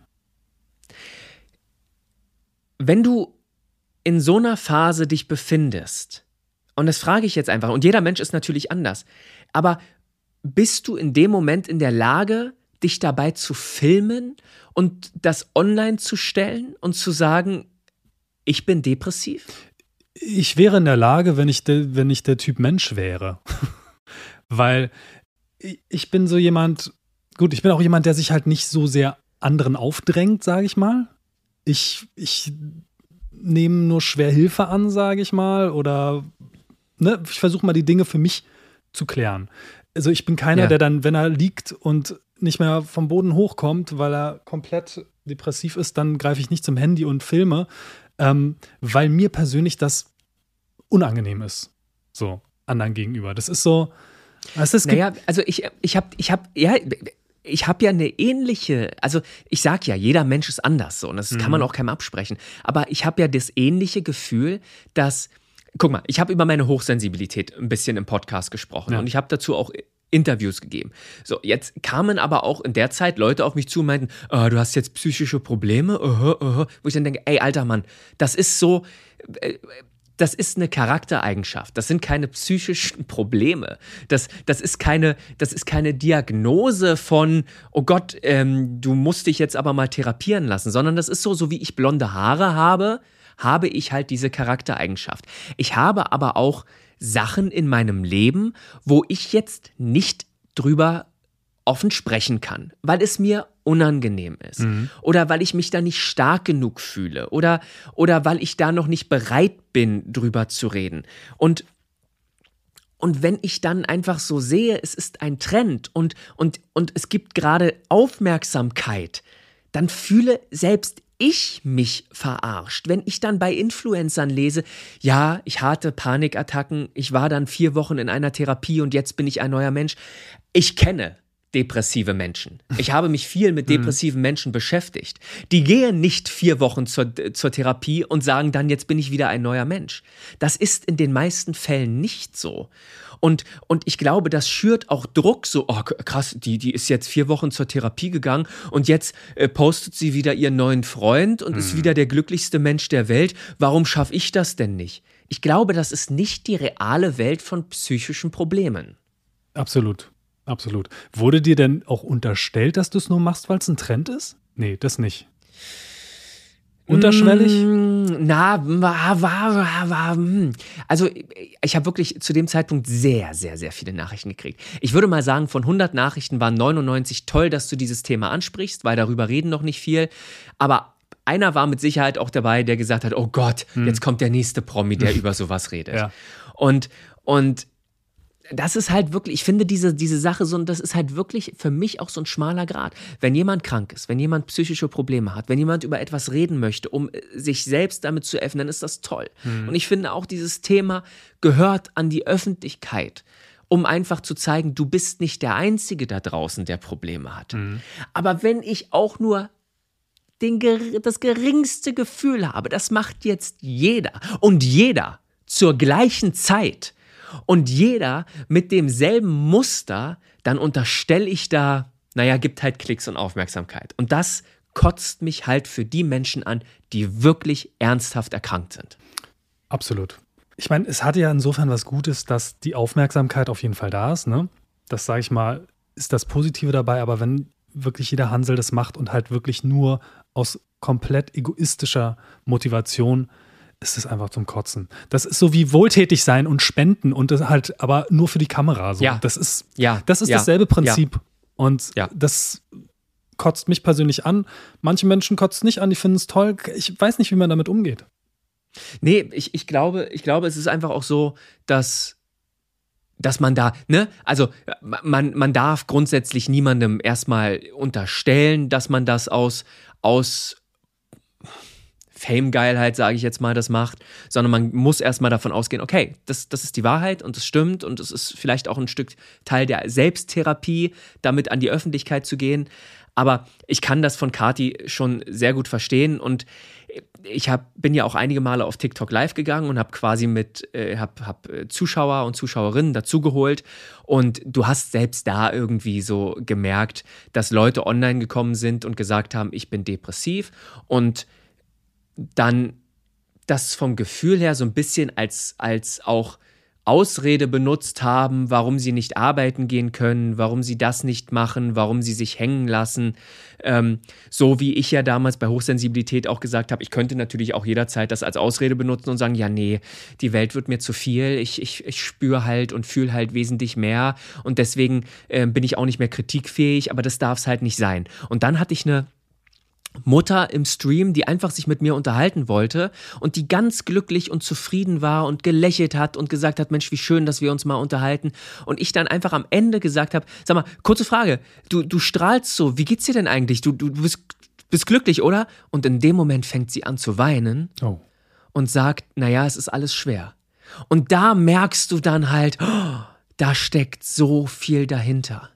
S1: Wenn du in so einer Phase dich befindest, und das frage ich jetzt einfach, und jeder Mensch ist natürlich anders, aber bist du in dem Moment in der Lage, dich dabei zu filmen und das online zu stellen und zu sagen, ich bin depressiv?
S2: Ich wäre in der Lage, wenn ich der Typ Mensch wäre. Weil ich bin so jemand, gut, ich bin auch jemand, der sich halt nicht so sehr anderen aufdrängt, sage ich mal. Ich nehme nur schwer Hilfe an, sage ich mal, oder ne, ich versuche mal die Dinge für mich zu klären. Also ich bin keiner, der dann, wenn er liegt und nicht mehr vom Boden hochkommt, weil er komplett depressiv ist, dann greife ich nicht zum Handy und filme, weil mir persönlich das unangenehm ist, so anderen gegenüber. Das ist so. Also
S1: ich habe ja eine ähnliche, also ich sag ja, jeder Mensch ist anders so und das kann man auch keinem absprechen, aber ich habe ja das ähnliche Gefühl, dass, guck mal, ich habe über meine Hochsensibilität ein bisschen im Podcast gesprochen und ich habe dazu auch Interviews gegeben. So, jetzt kamen aber auch in der Zeit Leute auf mich zu und meinten, du hast jetzt psychische Probleme, wo ich dann denke, ey, alter Mann, das ist so, das ist eine Charaktereigenschaft, das sind keine psychischen Probleme, das ist keine Diagnose von, oh Gott, du musst dich jetzt aber mal therapieren lassen, sondern das ist so wie ich blonde Haare habe ich halt diese Charaktereigenschaft. Ich habe aber auch Sachen in meinem Leben, wo ich jetzt nicht drüber offen sprechen kann, weil es mir unangenehm ist oder weil ich mich da nicht stark genug fühle oder weil ich da noch nicht bereit bin, drüber zu reden. Und wenn ich dann einfach so sehe, es ist ein Trend und es gibt gerade Aufmerksamkeit, dann fühle selbst ich mich verarscht. Wenn ich dann bei Influencern lese, ja, ich hatte Panikattacken, ich war dann 4 Wochen in einer Therapie und jetzt bin ich ein neuer Mensch. Ich kenne depressive Menschen. Ich habe mich viel mit depressiven Menschen beschäftigt. Die gehen nicht 4 Wochen zur Therapie und sagen dann, jetzt bin ich wieder ein neuer Mensch. Das ist in den meisten Fällen nicht so. Und ich glaube, das schürt auch Druck, so, oh krass, die ist jetzt 4 Wochen zur Therapie gegangen und jetzt postet sie wieder ihren neuen Freund und ist wieder der glücklichste Mensch der Welt. Warum schaffe ich das denn nicht? Ich glaube, das ist nicht die reale Welt von psychischen Problemen.
S2: Absolut. Absolut. Wurde dir denn auch unterstellt, dass du es nur machst, weil es ein Trend ist? Nee, das nicht. Unterschwellig?
S1: Also ich habe wirklich zu dem Zeitpunkt sehr, sehr, sehr viele Nachrichten gekriegt. Ich würde mal sagen, von 100 Nachrichten waren 99 toll, dass du dieses Thema ansprichst, weil darüber reden noch nicht viel. Aber einer war mit Sicherheit auch dabei, der gesagt hat, oh Gott, jetzt kommt der nächste Promi, der über sowas redet.
S2: Ja.
S1: Und das ist halt wirklich, ich finde diese Sache so, das ist halt wirklich für mich auch so ein schmaler Grat. Wenn jemand krank ist, wenn jemand psychische Probleme hat, wenn jemand über etwas reden möchte, um sich selbst damit zu öffnen, dann ist das toll. Und ich finde auch, dieses Thema gehört an die Öffentlichkeit, um einfach zu zeigen, du bist nicht der Einzige da draußen, der Probleme hat. Aber wenn ich auch nur das geringste Gefühl habe, das macht jetzt jeder und jeder zur gleichen Zeit, und jeder mit demselben Muster, dann unterstelle ich da, gibt halt Klicks und Aufmerksamkeit. Und das kotzt mich halt für die Menschen an, die wirklich ernsthaft erkrankt sind.
S2: Absolut. Ich meine, es hat ja insofern was Gutes, dass die Aufmerksamkeit auf jeden Fall da ist, ne? Das, sage ich mal, ist das Positive dabei. Aber wenn wirklich jeder Hansel das macht und halt wirklich nur aus komplett egoistischer Motivation, ist es einfach zum Kotzen. Das ist so wie wohltätig sein und spenden und das halt aber nur für die Kamera. So.
S1: Ja.
S2: Das ist dasselbe Prinzip.
S1: Ja.
S2: Und das kotzt mich persönlich an. Manche Menschen kotzt es nicht an, die finden es toll. Ich weiß nicht, wie man damit umgeht.
S1: Nee, ich glaube, es ist einfach auch so, dass man da, also man darf grundsätzlich niemandem erstmal unterstellen, dass man das aus Fame-Geilheit, sage ich jetzt mal, das macht, sondern man muss erstmal davon ausgehen, okay, das ist die Wahrheit und das stimmt und es ist vielleicht auch ein Stück Teil der Selbsttherapie, damit an die Öffentlichkeit zu gehen. Aber ich kann das von Kathi schon sehr gut verstehen und ich bin ja auch einige Male auf TikTok live gegangen und habe quasi hab Zuschauer und Zuschauerinnen dazugeholt und du hast selbst da irgendwie so gemerkt, dass Leute online gekommen sind und gesagt haben, ich bin depressiv und dann das vom Gefühl her so ein bisschen als auch Ausrede benutzt haben, warum sie nicht arbeiten gehen können, warum sie das nicht machen, warum sie sich hängen lassen. So wie ich ja damals bei Hochsensibilität auch gesagt habe, ich könnte natürlich auch jederzeit das als Ausrede benutzen und sagen, ja nee, die Welt wird mir zu viel, ich spüre halt und fühle halt wesentlich mehr und deswegen bin ich auch nicht mehr kritikfähig, aber das darf es halt nicht sein. Und dann hatte ich eine Mutter im Stream, die einfach sich mit mir unterhalten wollte und die ganz glücklich und zufrieden war und gelächelt hat und gesagt hat, Mensch, wie schön, dass wir uns mal unterhalten. Und ich dann einfach am Ende gesagt habe, sag mal, kurze Frage, du strahlst so, wie geht's dir denn eigentlich? Du bist glücklich, oder? Und in dem Moment fängt sie an zu weinen und sagt, naja, es ist alles schwer. Und da merkst du dann halt, da steckt so viel dahinter.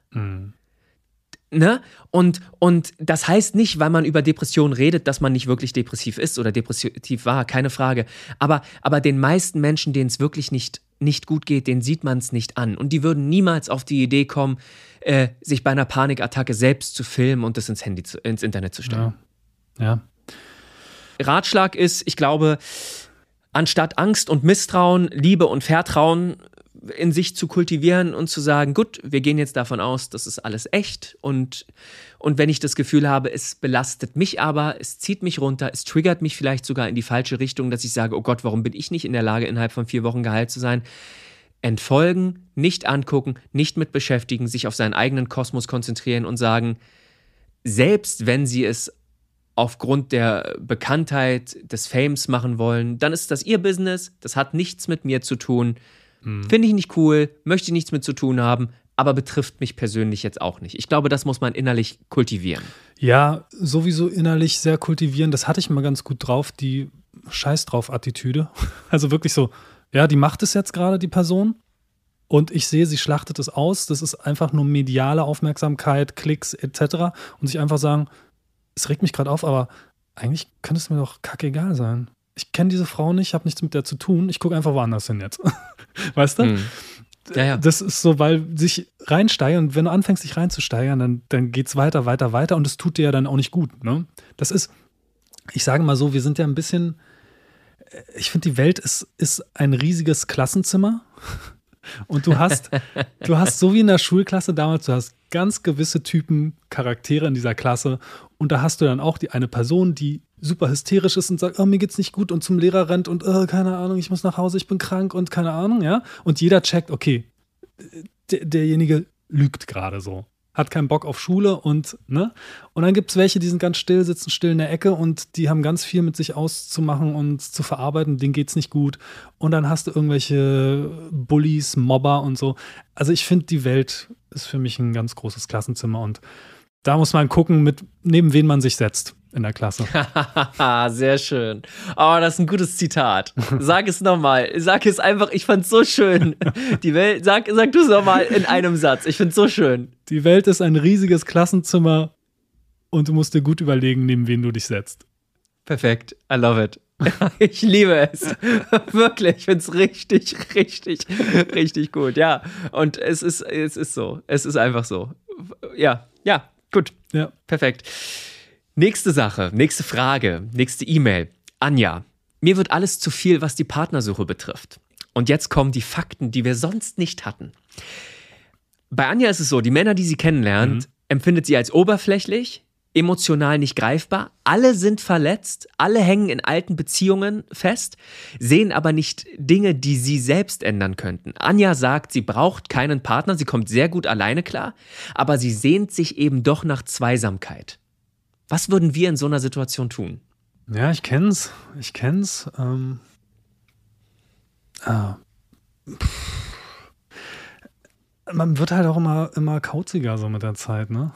S1: Ne? Und das heißt nicht, weil man über Depressionen redet, dass man nicht wirklich depressiv ist oder depressiv war, keine Frage. Aber den meisten Menschen, denen es wirklich nicht gut geht, denen sieht man es nicht an. Und die würden niemals auf die Idee kommen, sich bei einer Panikattacke selbst zu filmen und das ins Internet zu stellen.
S2: Ja.
S1: Ratschlag ist, ich glaube, anstatt Angst und Misstrauen, Liebe und Vertrauen in sich zu kultivieren und zu sagen, gut, wir gehen jetzt davon aus, das ist alles echt und wenn ich das Gefühl habe, es belastet mich aber, es zieht mich runter, es triggert mich vielleicht sogar in die falsche Richtung, dass ich sage, oh Gott, warum bin ich nicht in der Lage, innerhalb von 4 Wochen geheilt zu sein? entfolgen, nicht angucken, nicht mit beschäftigen, sich auf seinen eigenen Kosmos konzentrieren und sagen, selbst wenn sie es aufgrund der Bekanntheit, des Fames machen wollen, dann ist das ihr Business, das hat nichts mit mir zu tun, finde ich nicht cool, möchte ich nichts mit zu tun haben, aber betrifft mich persönlich jetzt auch nicht. Ich glaube, das muss man innerlich kultivieren.
S2: Ja, sowieso innerlich sehr kultivieren, das hatte ich mal ganz gut drauf, die Scheiß-drauf-Attitüde. Also wirklich so, ja, die macht es jetzt gerade, die Person, und ich sehe, sie schlachtet es aus, das ist einfach nur mediale Aufmerksamkeit, Klicks etc. und sich einfach sagen, es regt mich gerade auf, aber eigentlich könnte es mir doch kackegal sein. Ich kenne diese Frau nicht, habe nichts mit der zu tun, ich gucke einfach woanders hin jetzt. Weißt du?
S1: Ja.
S2: Das ist so, weil sich reinsteigern, und wenn du anfängst, dich reinzusteigern, dann geht es weiter und es tut dir ja dann auch nicht gut. Ne? Das ist, ich sage mal so, wir sind ja ein bisschen, ich finde, die Welt ist ein riesiges Klassenzimmer und du hast so wie in der Schulklasse damals, du hast ganz gewisse Typen, Charaktere in dieser Klasse und da hast du dann auch die eine Person, die super hysterisch ist und sagt, oh, mir geht's nicht gut und zum Lehrer rennt und keine Ahnung, ich muss nach Hause, ich bin krank und keine Ahnung, ja. Und jeder checkt, okay, derjenige lügt gerade so, hat keinen Bock auf Schule und, ne. Und dann gibt's welche, die sind ganz still, sitzen still in der Ecke und die haben ganz viel mit sich auszumachen und zu verarbeiten, denen geht's nicht gut. Und dann hast du irgendwelche Bullies, Mobber und so. Also ich finde, die Welt ist für mich ein ganz großes Klassenzimmer und da muss man gucken, neben wen man sich setzt in der Klasse.
S1: Sehr schön. Oh, das ist ein gutes Zitat. Sag es nochmal. Sag es einfach, ich fand's so schön. Die Welt, sag du es nochmal in einem Satz. Ich find's so schön.
S2: Die Welt ist ein riesiges Klassenzimmer und du musst dir gut überlegen, neben wen du dich setzt.
S1: Perfekt. I love it. Ich liebe es. Wirklich. Ich find's richtig, richtig, richtig gut. Ja. Und es ist so. Es ist einfach so. Ja. Gut.
S2: Ja.
S1: Perfekt. Nächste Sache, nächste Frage, nächste E-Mail. Anja, mir wird alles zu viel, was die Partnersuche betrifft. Und jetzt kommen die Fakten, die wir sonst nicht hatten. Bei Anja ist es so, die Männer, die sie kennenlernt, empfindet sie als oberflächlich, emotional nicht greifbar. Alle sind verletzt, alle hängen in alten Beziehungen fest, sehen aber nicht Dinge, die sie selbst ändern könnten. Anja sagt, sie braucht keinen Partner, sie kommt sehr gut alleine klar, aber sie sehnt sich eben doch nach Zweisamkeit. Was würden wir in so einer Situation tun?
S2: Ja, ich kenn's. Man wird halt auch immer kauziger so mit der Zeit, ne?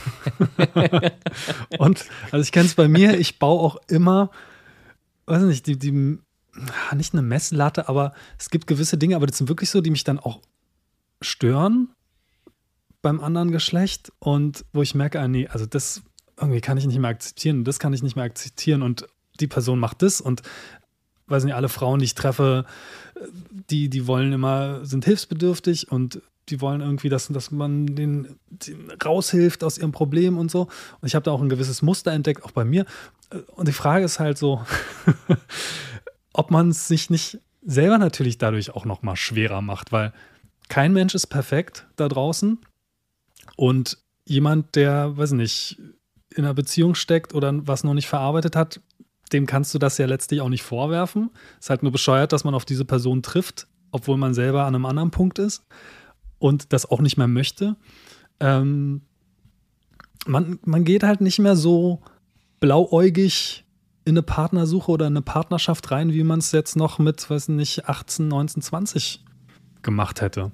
S2: Und, also ich kenn's bei mir, ich baue auch immer, weiß nicht, nicht eine Messlatte, aber es gibt gewisse Dinge, aber das sind wirklich so, die mich dann auch stören beim anderen Geschlecht und wo ich merke, nee, also das irgendwie kann ich nicht mehr akzeptieren, das kann ich nicht mehr akzeptieren und die Person macht das und weiß nicht, alle Frauen, die ich treffe, die wollen immer, sind hilfsbedürftig und die wollen irgendwie, dass man denen raushilft aus ihrem Problem und so. Und ich habe da auch ein gewisses Muster entdeckt, auch bei mir. Und die Frage ist halt so, ob man es sich nicht selber natürlich dadurch auch noch mal schwerer macht, weil kein Mensch ist perfekt da draußen und jemand, der, weiß nicht, in einer Beziehung steckt oder was noch nicht verarbeitet hat, dem kannst du das ja letztlich auch nicht vorwerfen. Ist halt nur bescheuert, dass man auf diese Person trifft, obwohl man selber an einem anderen Punkt ist und das auch nicht mehr möchte. Man geht halt nicht mehr so blauäugig in eine Partnersuche oder in eine Partnerschaft rein, wie man es jetzt noch mit, weiß nicht, 18, 19, 20 gemacht hätte.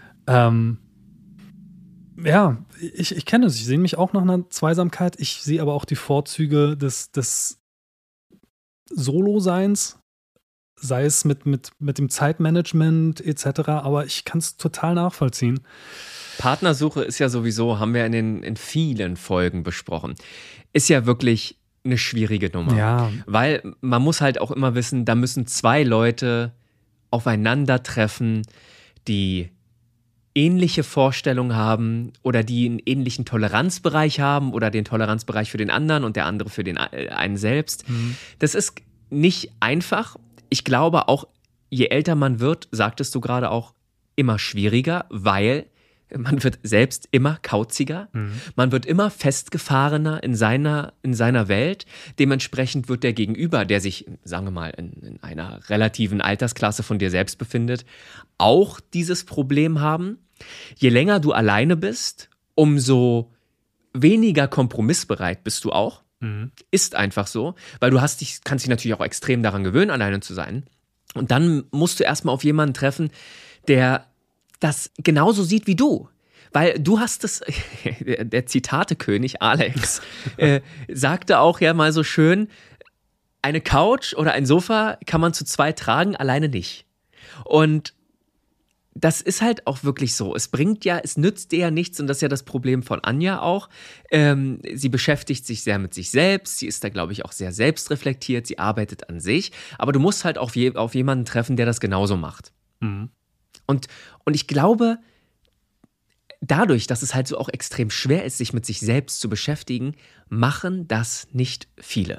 S2: Ja, ich kenne es. Ich sehe mich auch nach einer Zweisamkeit. Ich sehe aber auch die Vorzüge des Solo-Seins, sei es mit dem Zeitmanagement etc., aber ich kann es total nachvollziehen.
S1: Partnersuche ist ja sowieso, haben wir in vielen Folgen besprochen, ist ja wirklich eine schwierige Nummer.
S2: Ja.
S1: Weil man muss halt auch immer wissen, da müssen zwei Leute aufeinandertreffen, die ähnliche Vorstellungen haben oder die einen ähnlichen Toleranzbereich haben oder den Toleranzbereich für den anderen und der andere für den einen selbst. Das ist nicht einfach. Ich glaube auch, je älter man wird, sagtest du gerade auch, immer schwieriger, weil man wird selbst immer kauziger, man wird immer festgefahrener in seiner Welt. Dementsprechend wird der Gegenüber, der sich, sagen wir mal, in einer relativen Altersklasse von dir selbst befindet, auch dieses Problem haben. Je länger du alleine bist, umso weniger kompromissbereit bist du auch. Ist einfach so, weil kannst dich natürlich auch extrem daran gewöhnen, alleine zu sein. Und dann musst du erstmal auf jemanden treffen, der das genauso sieht wie du. Weil du hast es, der Zitatekönig Alex, sagte auch ja mal so schön, eine Couch oder ein Sofa kann man zu zweit tragen, alleine nicht. Und das ist halt auch wirklich so. Es nützt dir ja nichts, und das ist ja das Problem von Anja auch. Sie beschäftigt sich sehr mit sich selbst, sie ist da, glaube ich, auch sehr selbstreflektiert, sie arbeitet an sich, aber du musst halt auf jemanden treffen, der das genauso macht. Und ich glaube, dadurch, dass es halt so auch extrem schwer ist, sich mit sich selbst zu beschäftigen, machen das nicht viele.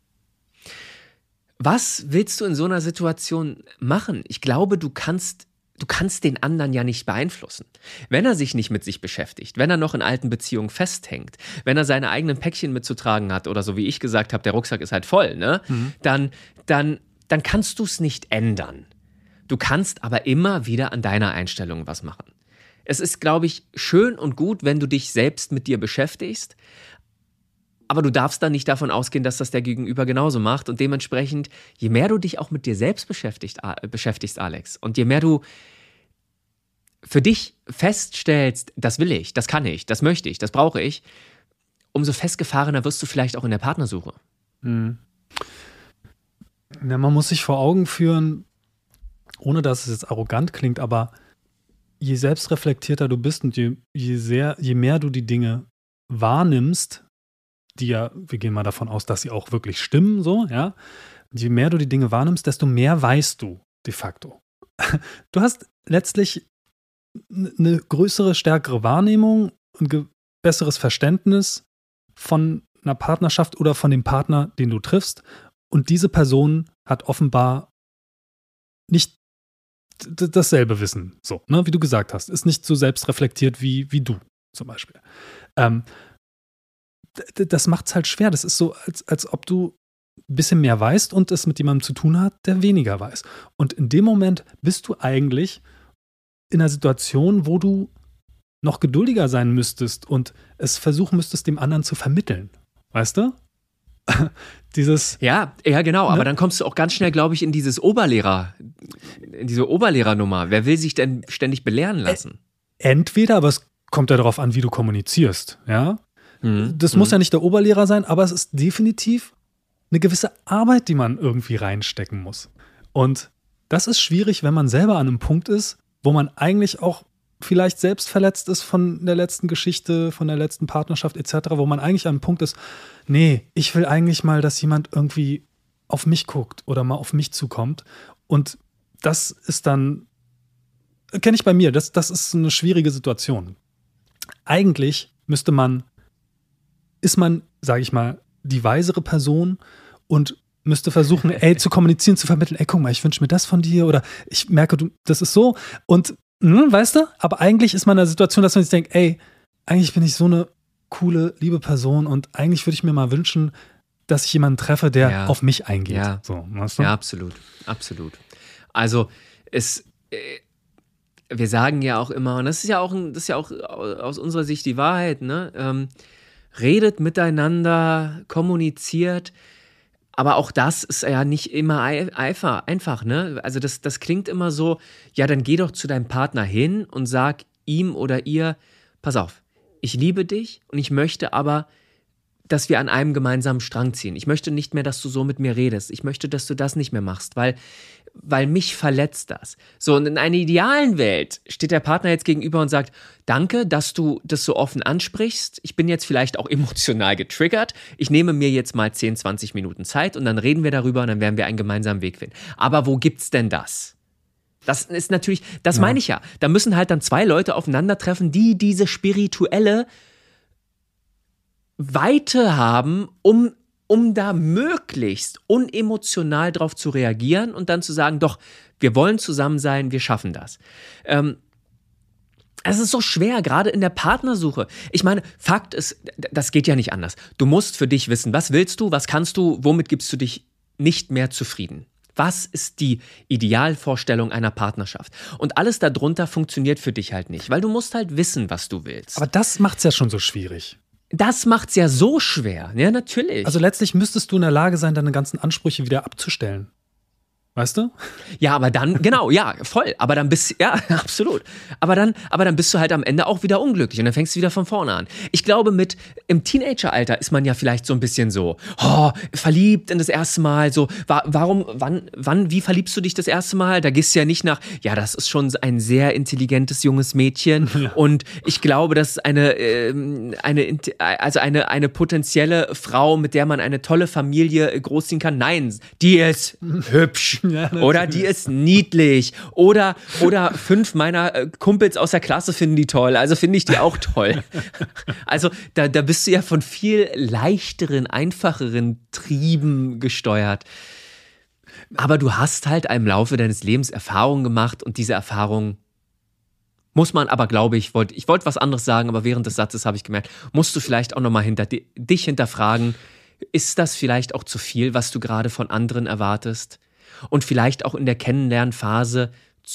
S1: Was willst du in so einer Situation machen? Ich glaube, du kannst den anderen ja nicht beeinflussen. Wenn er sich nicht mit sich beschäftigt, wenn er noch in alten Beziehungen festhängt, wenn er seine eigenen Päckchen mitzutragen hat oder so wie ich gesagt habe, der Rucksack ist halt voll, ne? Dann kannst du es nicht ändern. Du kannst aber immer wieder an deiner Einstellung was machen. Es ist, glaube ich, schön und gut, wenn du dich selbst mit dir beschäftigst, aber du darfst dann nicht davon ausgehen, dass das der Gegenüber genauso macht, und dementsprechend, je mehr du dich auch mit dir selbst beschäftigst, Alex, und je mehr du für dich feststellst, das will ich, das kann ich, das möchte ich, das brauche ich, umso festgefahrener wirst du vielleicht auch in der Partnersuche.
S2: Ja, man muss sich vor Augen führen, ohne dass es jetzt arrogant klingt, aber je selbstreflektierter du bist und je mehr du die Dinge wahrnimmst, die ja, wir gehen mal davon aus, dass sie auch wirklich stimmen, so, ja. Je mehr du die Dinge wahrnimmst, desto mehr weißt du de facto. Du hast letztlich eine größere, stärkere Wahrnehmung und besseres Verständnis von einer Partnerschaft oder von dem Partner, den du triffst. Und diese Person hat offenbar nicht dasselbe Wissen, so, ne, wie du gesagt hast. Ist nicht so selbstreflektiert wie du zum Beispiel. Das macht es halt schwer. Das ist so, als ob du ein bisschen mehr weißt und es mit jemandem zu tun hat, der weniger weiß. Und in dem Moment bist du eigentlich in einer Situation, wo du noch geduldiger sein müsstest und es versuchen müsstest, dem anderen zu vermitteln. Weißt du?
S1: Ja, genau,
S2: ne?
S1: Aber dann kommst du auch ganz schnell, glaube ich, in diese Oberlehrernummer. Wer will sich denn ständig belehren lassen?
S2: Entweder, aber es kommt ja darauf an, wie du kommunizierst, ja? Das muss ja nicht der Oberlehrer sein, aber es ist definitiv eine gewisse Arbeit, die man irgendwie reinstecken muss. Und das ist schwierig, wenn man selber an einem Punkt ist, wo man eigentlich auch vielleicht selbst verletzt ist von der letzten Geschichte, von der letzten Partnerschaft etc., wo man eigentlich an einem Punkt ist, nee, ich will eigentlich mal, dass jemand irgendwie auf mich guckt oder mal auf mich zukommt. Und das ist dann, kenne ich bei mir, das ist eine schwierige Situation. Eigentlich ist man, sage ich mal, die weisere Person und müsste versuchen, zu kommunizieren, zu vermitteln, guck mal, ich wünsche mir das von dir oder ich merke, das ist so und, weißt du, aber eigentlich ist man in der Situation, dass man sich denkt, eigentlich bin ich so eine coole, liebe Person und eigentlich würde ich mir mal wünschen, dass ich jemanden treffe, der auf mich eingeht.
S1: Ja.
S2: So, weißt du?
S1: Ja, absolut. Also wir sagen ja auch immer, und das ist ja auch aus unserer Sicht die Wahrheit, ne? Redet miteinander, kommuniziert, aber auch das ist ja nicht immer einfach, ne? Also das klingt immer so, ja, dann geh doch zu deinem Partner hin und sag ihm oder ihr, pass auf, ich liebe dich und ich möchte aber, dass wir an einem gemeinsamen Strang ziehen. Ich möchte nicht mehr, dass du so mit mir redest. Ich möchte, dass du das nicht mehr machst, weil mich verletzt das. So, und in einer idealen Welt steht der Partner jetzt gegenüber und sagt, danke, dass du das so offen ansprichst. Ich bin jetzt vielleicht auch emotional getriggert. Ich nehme mir jetzt mal 10, 20 Minuten Zeit und dann reden wir darüber und dann werden wir einen gemeinsamen Weg finden. Aber wo gibt's denn das? Das ist natürlich, das meine ich ja. Da müssen halt dann zwei Leute aufeinandertreffen, die diese spirituelle Weite haben, um da möglichst unemotional drauf zu reagieren und dann zu sagen, doch, wir wollen zusammen sein, wir schaffen das. Es ist so schwer, gerade in der Partnersuche. Ich meine, Fakt ist, das geht ja nicht anders. Du musst für dich wissen, was willst du, was kannst du, womit gibst du dich nicht mehr zufrieden? Was ist die Idealvorstellung einer Partnerschaft? Und alles darunter funktioniert für dich halt nicht, weil du musst halt wissen, was du willst.
S2: Aber das macht's ja schon so schwierig.
S1: Das macht's ja so schwer. Ja, natürlich.
S2: Also letztlich müsstest du in der Lage sein, deine ganzen Ansprüche wieder abzustellen. Weißt du?
S1: Ja, aber dann, genau, ja, voll. Aber dann bist ja, absolut. Aber dann bist du halt am Ende auch wieder unglücklich und dann fängst du wieder von vorne an. Ich glaube, im Teenageralter ist man ja vielleicht so ein bisschen so, verliebt in das erste Mal, so, wie verliebst du dich das erste Mal? Da gehst du ja nicht nach, ja, das ist schon ein sehr intelligentes junges Mädchen und ich glaube, das ist eine potenzielle Frau, mit der man eine tolle Familie großziehen kann. Nein, die ist hübsch. Ja, oder die ist niedlich. Oder 5 meiner Kumpels aus der Klasse finden die toll. Also finde ich die auch toll. Also da bist du ja von viel leichteren, einfacheren Trieben gesteuert. Aber du hast halt im Laufe deines Lebens Erfahrungen gemacht und diese Erfahrungen muss man aber, glaube ich, ich wollte was anderes sagen, aber während des Satzes habe ich gemerkt, musst du vielleicht auch nochmal dich hinterfragen, ist das vielleicht auch zu viel, was du gerade von anderen erwartest? Und vielleicht auch in der Kennenlernphase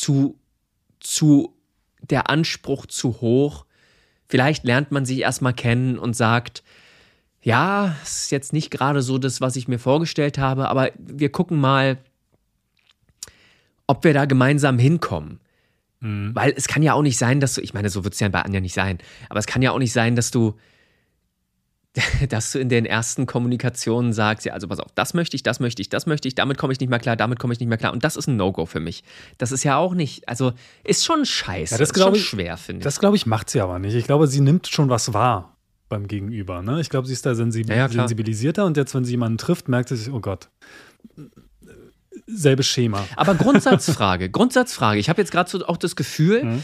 S1: der Anspruch zu hoch. Vielleicht lernt man sich erstmal kennen und sagt, ja, es ist jetzt nicht gerade so das, was ich mir vorgestellt habe, aber wir gucken mal, ob wir da gemeinsam hinkommen. Mhm. Weil es kann ja auch nicht sein, dass ich meine, so wird es ja bei Anja nicht sein, aber es kann ja auch nicht sein, dass du in den ersten Kommunikationen sagst, ja, also pass auf, das möchte ich, damit komme ich nicht mehr klar und das ist ein No-Go für mich. Das ist ja auch nicht, also ist schon scheiße,
S2: ja, das
S1: ist schon schwer, finde ich.
S2: Das, glaube ich, macht sie aber nicht. Ich glaube, sie nimmt schon was wahr beim Gegenüber. Ne? Ich glaube, sie ist da sensibilisierter und jetzt, wenn sie jemanden trifft, merkt sie sich, oh Gott, selbes Schema.
S1: Aber Grundsatzfrage, ich habe jetzt gerade so auch das Gefühl,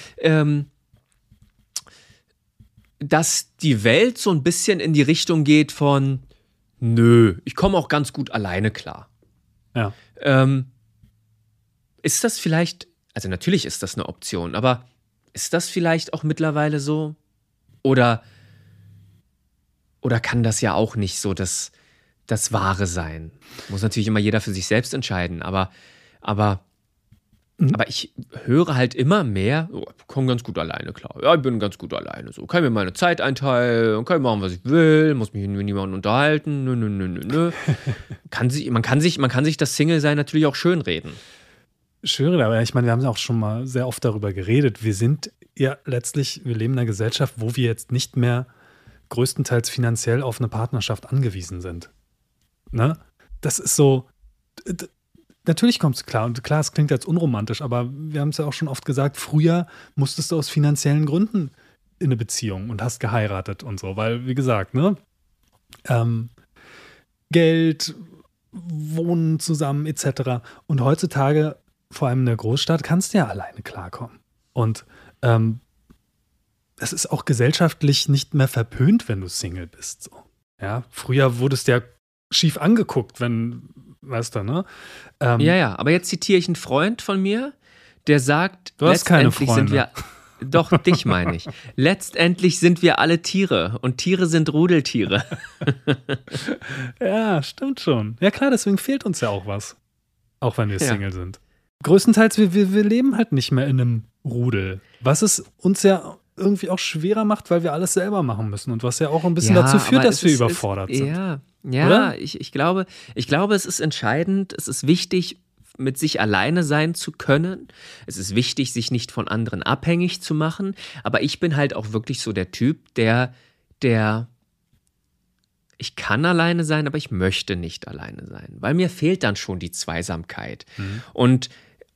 S1: dass die Welt so ein bisschen in die Richtung geht von, nö, ich komme auch ganz gut alleine klar.
S2: Ja.
S1: Ist das vielleicht, also natürlich ist das eine Option, aber ist das vielleicht auch mittlerweile so? Oder kann das ja auch nicht so das Wahre sein? Muss natürlich immer jeder für sich selbst entscheiden, aber ich höre halt immer mehr, ich komme ganz gut alleine klar. Ja, ich bin ganz gut alleine. So, kann mir meine Zeit einteilen, kann machen, was ich will, muss mich mit niemandem unterhalten. Nö. Man kann sich das Single-Sein natürlich auch schönreden.
S2: Schön, aber ich meine, wir haben ja auch schon mal sehr oft darüber geredet. Wir sind ja letztlich, wir leben in einer Gesellschaft, wo wir jetzt nicht mehr größtenteils finanziell auf eine Partnerschaft angewiesen sind. Ne? Das ist so. Natürlich kommt es klar, und klar, es klingt jetzt unromantisch, aber wir haben es ja auch schon oft gesagt, früher musstest du aus finanziellen Gründen in eine Beziehung und hast geheiratet und so, weil, wie gesagt, ne, Geld, Wohnen zusammen etc. Und heutzutage, vor allem in der Großstadt, kannst du ja alleine klarkommen. Und es ist auch gesellschaftlich nicht mehr verpönt, wenn du Single bist. So. Ja? Früher wurdest du ja schief angeguckt, wenn, weißt du, ne?
S1: Ja, aber jetzt zitiere ich einen Freund von mir, der sagt,
S2: du hast keine Freunde.
S1: Sind wir, doch, dich meine ich. Letztendlich sind wir alle Tiere und Tiere sind Rudeltiere.
S2: Ja, stimmt schon. Ja klar, deswegen fehlt uns ja auch was. Auch wenn wir Single sind. Größtenteils, wir leben halt nicht mehr in einem Rudel. Was es uns ja irgendwie auch schwerer macht, weil wir alles selber machen müssen und was ja auch ein bisschen dazu führt, dass wir überfordert sind.
S1: Ja, ich glaube, es ist entscheidend, es ist wichtig, mit sich alleine sein zu können. Es ist wichtig, sich nicht von anderen abhängig zu machen. Aber ich bin halt auch wirklich so der Typ, der ich kann alleine sein, aber ich möchte nicht alleine sein, weil mir fehlt dann schon die Zweisamkeit. Mhm. Und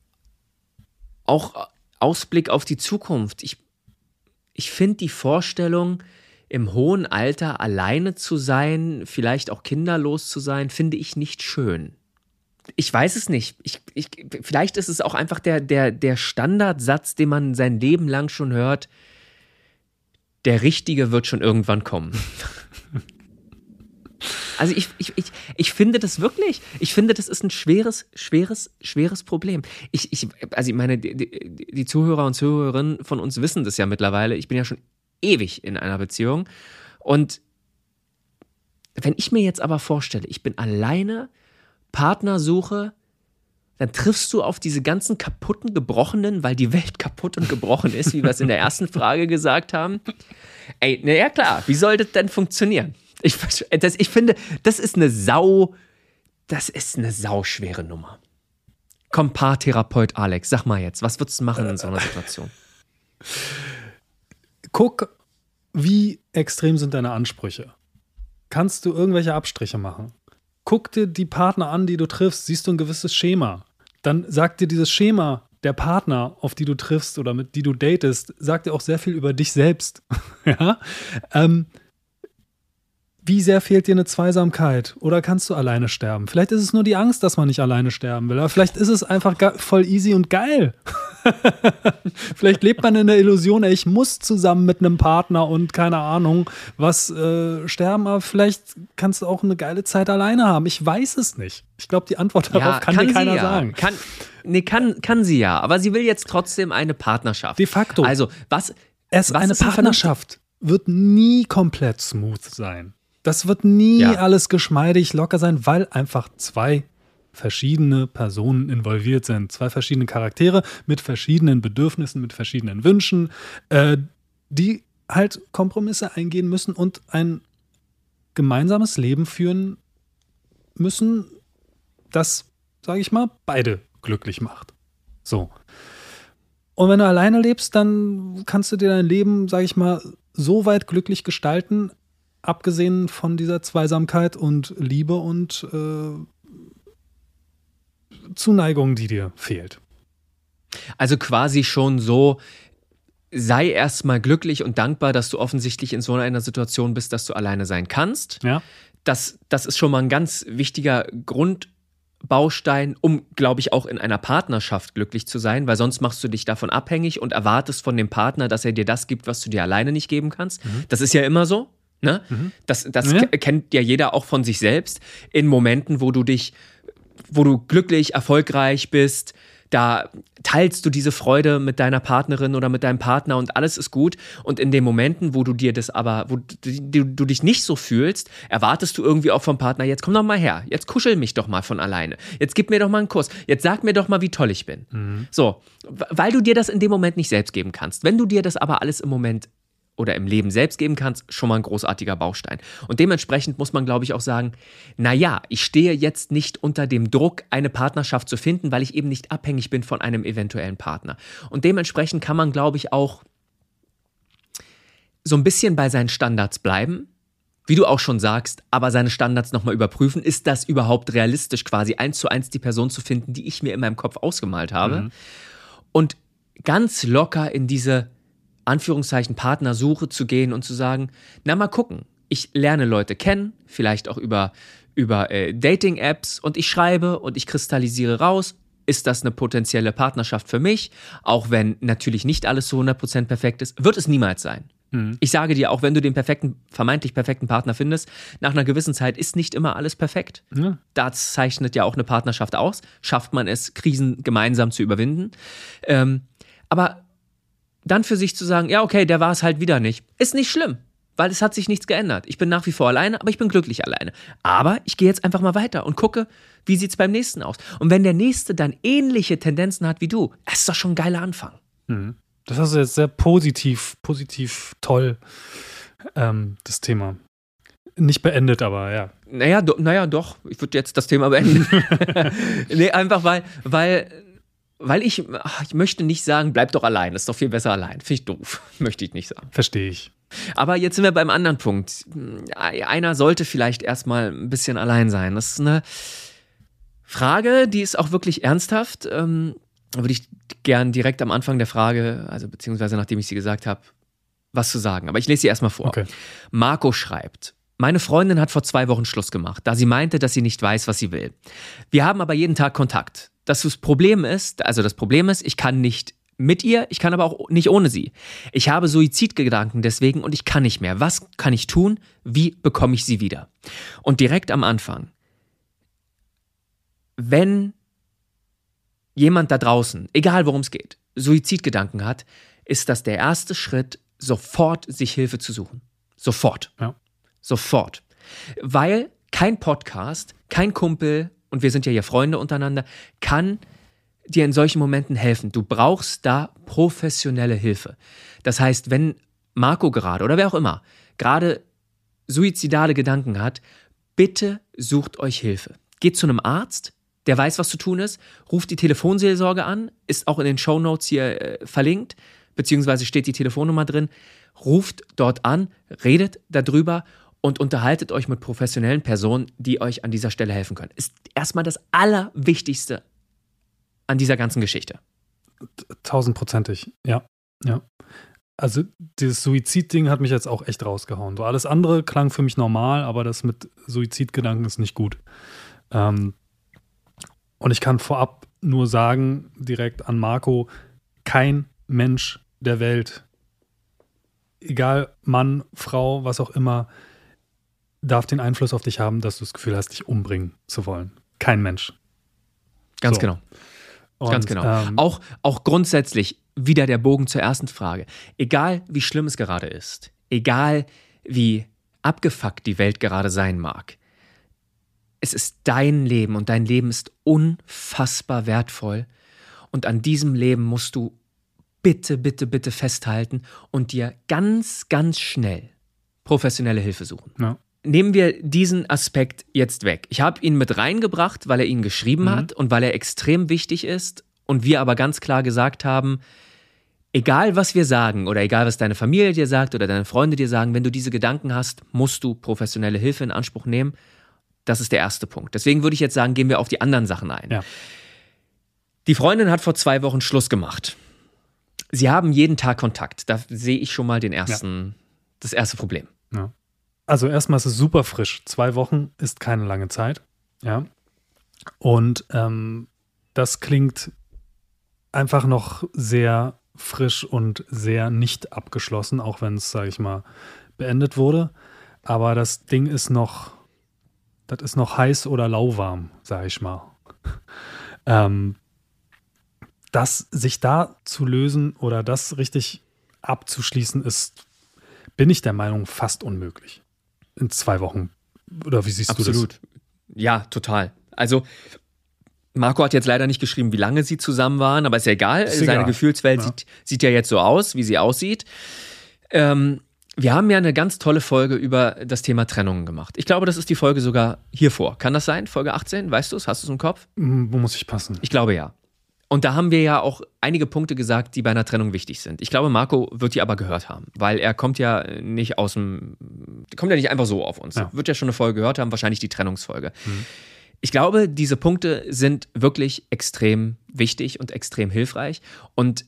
S1: auch Ausblick auf die Zukunft. Ich finde die Vorstellung, im hohen Alter alleine zu sein, vielleicht auch kinderlos zu sein, finde ich nicht schön. Ich weiß es nicht. Vielleicht ist es auch einfach der Standardsatz, den man sein Leben lang schon hört. Der Richtige wird schon irgendwann kommen. Also ich finde das wirklich, ich finde, das ist ein schweres Problem. Also ich meine, die Zuhörer und Zuhörerinnen von uns wissen das ja mittlerweile. Ich bin ja schon ewig in einer Beziehung. Und wenn ich mir jetzt aber vorstelle, ich bin alleine, Partnersuche, dann triffst du auf diese ganzen kaputten, gebrochenen, weil die Welt kaputt und gebrochen ist, wie wir es in der ersten Frage gesagt haben. Ey, na ja klar, wie soll das denn funktionieren? Ich finde, das ist eine sauschwere Nummer. Komm, Paartherapeut Alex, sag mal jetzt, was würdest du machen in so einer Situation?
S2: Guck, wie extrem sind deine Ansprüche. Kannst du irgendwelche Abstriche machen? Guck dir die Partner an, die du triffst, siehst du ein gewisses Schema. Dann sagt dir dieses Schema der Partner, auf die du triffst oder mit die du datest, sagt dir auch sehr viel über dich selbst. Ja? Wie sehr fehlt dir eine Zweisamkeit? Oder kannst du alleine sterben? Vielleicht ist es nur die Angst, dass man nicht alleine sterben will. Aber vielleicht ist es einfach voll easy und geil. Vielleicht lebt man in der Illusion, ey, ich muss zusammen mit einem Partner und keine Ahnung was sterben. Aber vielleicht kannst du auch eine geile Zeit alleine haben. Ich weiß es nicht. Ich glaube, die Antwort darauf kann dir keiner sagen.
S1: Kann sie ja. Aber sie will jetzt trotzdem eine Partnerschaft.
S2: De facto.
S1: Also,
S2: eine Partnerschaft wird nie komplett smooth sein. Das wird nie alles geschmeidig, locker sein, weil einfach zwei verschiedene Personen involviert sind. Zwei verschiedene Charaktere mit verschiedenen Bedürfnissen, mit verschiedenen Wünschen, die halt Kompromisse eingehen müssen und ein gemeinsames Leben führen müssen, das, sage ich mal, beide glücklich macht. So. Und wenn du alleine lebst, dann kannst du dir dein Leben, sage ich mal, so weit glücklich gestalten, abgesehen von dieser Zweisamkeit und Liebe und Zuneigung, die dir fehlt.
S1: Also quasi schon so, sei erstmal glücklich und dankbar, dass du offensichtlich in so einer Situation bist, dass du alleine sein kannst.
S2: Ja.
S1: Das ist schon mal ein ganz wichtiger Grundbaustein, um, glaube ich, auch in einer Partnerschaft glücklich zu sein, weil sonst machst du dich davon abhängig und erwartest von dem Partner, dass er dir das gibt, was du dir alleine nicht geben kannst. Das ist ja immer so. Ne? Das kennt ja jeder auch von sich selbst. In Momenten, wo du glücklich, erfolgreich bist, da teilst du diese Freude mit deiner Partnerin oder mit deinem Partner und alles ist gut. Und in den Momenten, wo du dich nicht so fühlst, erwartest du irgendwie auch vom Partner, jetzt komm doch mal her, jetzt kuschel mich doch mal von alleine, jetzt gib mir doch mal einen Kuss, jetzt sag mir doch mal, wie toll ich bin. So, weil du dir das in dem Moment nicht selbst geben kannst. Wenn du dir das aber alles im Moment oder im Leben selbst geben kannst, schon mal ein großartiger Baustein. Und dementsprechend muss man, glaube ich, auch sagen, naja, ich stehe jetzt nicht unter dem Druck, eine Partnerschaft zu finden, weil ich eben nicht abhängig bin von einem eventuellen Partner. Und dementsprechend kann man, glaube ich, auch so ein bisschen bei seinen Standards bleiben, wie du auch schon sagst, aber seine Standards nochmal überprüfen. Ist das überhaupt realistisch, quasi 1:1 die Person zu finden, die ich mir in meinem Kopf ausgemalt habe? Und ganz locker in diese Anführungszeichen Partnersuche zu gehen und zu sagen, na mal gucken, ich lerne Leute kennen, vielleicht auch über Dating-Apps und ich schreibe und ich kristallisiere raus, ist das eine potenzielle Partnerschaft für mich, auch wenn natürlich nicht alles zu 100% perfekt ist, wird es niemals sein. Ich sage dir, auch wenn du den vermeintlich perfekten Partner findest, nach einer gewissen Zeit ist nicht immer alles perfekt. Ja. Das zeichnet ja auch eine Partnerschaft aus, schafft man es, Krisen gemeinsam zu überwinden. Aber dann für sich zu sagen, ja okay, der war es halt wieder nicht, ist nicht schlimm, weil es hat sich nichts geändert. Ich bin nach wie vor alleine, aber ich bin glücklich alleine. Aber ich gehe jetzt einfach mal weiter und gucke, wie sieht es beim nächsten aus. Und wenn der Nächste dann ähnliche Tendenzen hat wie du, das ist doch schon ein geiler Anfang.
S2: Das hast du jetzt sehr positiv toll, das Thema. Nicht beendet, aber ja.
S1: Naja, doch, ich würde jetzt das Thema beenden. Nee, einfach weil ich möchte nicht sagen, bleib doch allein, ist doch viel besser allein. Finde ich doof, möchte ich nicht sagen.
S2: Verstehe ich.
S1: Aber jetzt sind wir beim anderen Punkt. Einer sollte vielleicht erstmal ein bisschen allein sein. Das ist eine Frage, die ist auch wirklich ernsthaft. Würde ich gern direkt am Anfang der Frage, also beziehungsweise nachdem ich sie gesagt habe, was zu sagen. Aber ich lese sie erstmal vor.
S2: Okay.
S1: Marco schreibt: Meine Freundin hat vor 2 Wochen Schluss gemacht, da sie meinte, dass sie nicht weiß, was sie will. Wir haben aber jeden Tag Kontakt. Das Problem ist, ich kann nicht mit ihr, ich kann aber auch nicht ohne sie. Ich habe Suizidgedanken deswegen und ich kann nicht mehr. Was kann ich tun? Wie bekomme ich sie wieder? Und direkt am Anfang, wenn jemand da draußen, egal worum es geht, Suizidgedanken hat, ist das der erste Schritt, sofort sich Hilfe zu suchen. Sofort.
S2: Ja.
S1: Sofort. Weil kein Podcast, kein Kumpel, und wir sind ja hier Freunde untereinander, kann dir in solchen Momenten helfen. Du brauchst da professionelle Hilfe. Das heißt, wenn Marco gerade oder wer auch immer gerade suizidale Gedanken hat, bitte sucht euch Hilfe. Geht zu einem Arzt, der weiß, was zu tun ist, ruft die Telefonseelsorge an, ist auch in den Shownotes hier verlinkt, beziehungsweise steht die Telefonnummer drin, ruft dort an, redet darüber und unterhaltet euch mit professionellen Personen, die euch an dieser Stelle helfen können. Ist erstmal das Allerwichtigste an dieser ganzen Geschichte.
S2: 1000%ig, ja. Also dieses Suizidding hat mich jetzt auch echt rausgehauen. So alles andere klang für mich normal, aber das mit Suizidgedanken ist nicht gut. Und ich kann vorab nur sagen, direkt an Marco, kein Mensch der Welt, egal Mann, Frau, was auch immer, darf den Einfluss auf dich haben, dass du das Gefühl hast, dich umbringen zu wollen. Kein Mensch.
S1: Ganz
S2: So.
S1: genau.
S2: Und,
S1: Ganz genau. Auch grundsätzlich wieder der Bogen zur ersten Frage. Egal, wie schlimm es gerade ist, egal, wie abgefuckt die Welt gerade sein mag, es ist dein Leben und dein Leben ist unfassbar wertvoll und an diesem Leben musst du bitte, bitte, bitte festhalten und dir ganz, ganz schnell professionelle Hilfe suchen.
S2: Ja.
S1: Nehmen wir diesen Aspekt jetzt weg. Ich habe ihn mit reingebracht, weil er ihn geschrieben hat und weil er extrem wichtig ist und wir aber ganz klar gesagt haben, egal was wir sagen oder egal was deine Familie dir sagt oder deine Freunde dir sagen, wenn du diese Gedanken hast, musst du professionelle Hilfe in Anspruch nehmen. Das ist der erste Punkt. Deswegen würde ich jetzt sagen, gehen wir auf die anderen Sachen ein.
S2: Ja.
S1: Die Freundin hat vor 2 Wochen Schluss gemacht. Sie haben jeden Tag Kontakt. Da sehe ich schon mal das erste Problem.
S2: Ja. Also erstmal ist es super frisch. 2 Wochen ist keine lange Zeit. Ja. Und das klingt einfach noch sehr frisch und sehr nicht abgeschlossen, auch wenn es, sage ich mal, beendet wurde. Aber das Ding ist noch heiß oder lauwarm, sage ich mal. Das sich da zu lösen oder das richtig abzuschließen ist, bin ich der Meinung, fast unmöglich. In 2 Wochen. Oder wie siehst du das?
S1: Absolut. Ja, total. Also Marco hat jetzt leider nicht geschrieben, wie lange sie zusammen waren, aber ist ja egal. Seine Gefühlswelt sieht ja jetzt so aus, wie sie aussieht. Wir haben ja eine ganz tolle Folge über das Thema Trennungen gemacht. Ich glaube, das ist die Folge sogar hier vor. Kann das sein? Folge 18? Weißt du es? Hast du es im Kopf?
S2: Wo muss ich passen?
S1: Ich glaube ja. Und da haben wir ja auch einige Punkte gesagt, die bei einer Trennung wichtig sind. Ich glaube, Marco wird die aber gehört haben, weil er kommt ja nicht einfach so auf uns.
S2: Ja.
S1: Wird ja schon eine Folge gehört haben, wahrscheinlich die Trennungsfolge. Ich glaube, diese Punkte sind wirklich extrem wichtig und extrem hilfreich. Und